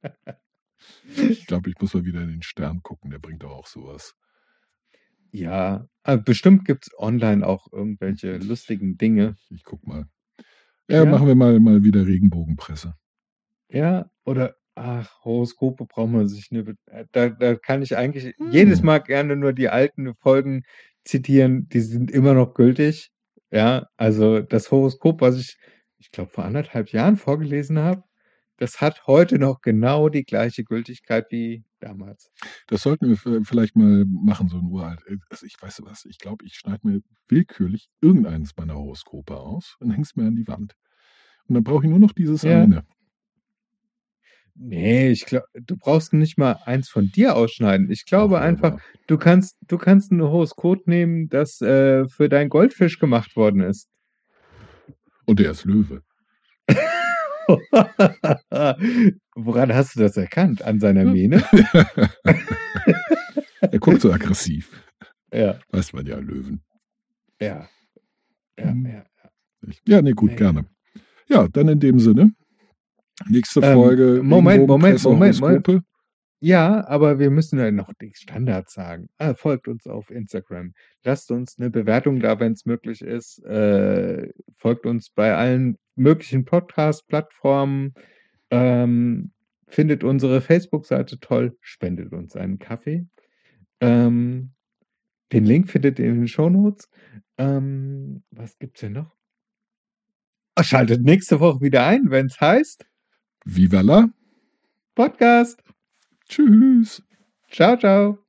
Ich glaube, ich muss mal wieder in den Stern gucken. Der bringt doch auch sowas. Ja, bestimmt gibt es online auch irgendwelche lustigen Dinge. Ich, ich guck mal. Ja, ja, machen wir mal, mal wieder Regenbogenpresse. Ja, oder ach, Horoskope braucht man sich nicht. Da, da kann ich eigentlich hm. jedes Mal gerne nur die alten Folgen zitieren, die sind immer noch gültig. Ja, also das Horoskop, was ich, ich glaube, vor anderthalb Jahren vorgelesen habe, das hat heute noch genau die gleiche Gültigkeit wie damals. Das sollten wir vielleicht mal machen, so ein uralt. Also ich weiß was, ich glaube, ich schneide mir willkürlich irgendeines meiner Horoskope aus und hänge es mir an die Wand. Und dann brauche ich nur noch dieses ja. eine. Nee, ich glaube, du brauchst nicht mal eins von dir ausschneiden. Ich glaube Ach, einfach, aber. du kannst, du kannst ein Horoskop nehmen, das äh, für deinen Goldfisch gemacht worden ist. Und der ist Löwe. Woran hast du das erkannt? An seiner Mähne? Er guckt so aggressiv. Ja. Weiß man ja, Löwen. Ja. Ja, hm. ja, ja. Ja, nee, gut, nee. gerne. Ja, dann in dem Sinne. Nächste Folge. Ähm, Moment, Moment, Moment, Moment. Ja, aber wir müssen ja noch die Standards sagen. Ah, folgt uns auf Instagram. Lasst uns eine Bewertung da, wenn es möglich ist. Äh, folgt uns bei allen möglichen Podcast-Plattformen. Ähm, findet unsere Facebook-Seite toll. Spendet uns einen Kaffee. Ähm, den Link findet ihr in den Shownotes. Ähm, was gibt's denn noch? Oh, schaltet nächste Woche wieder ein, wenn es heißt Viva la Podcast. Tschüss. Ciao, ciao.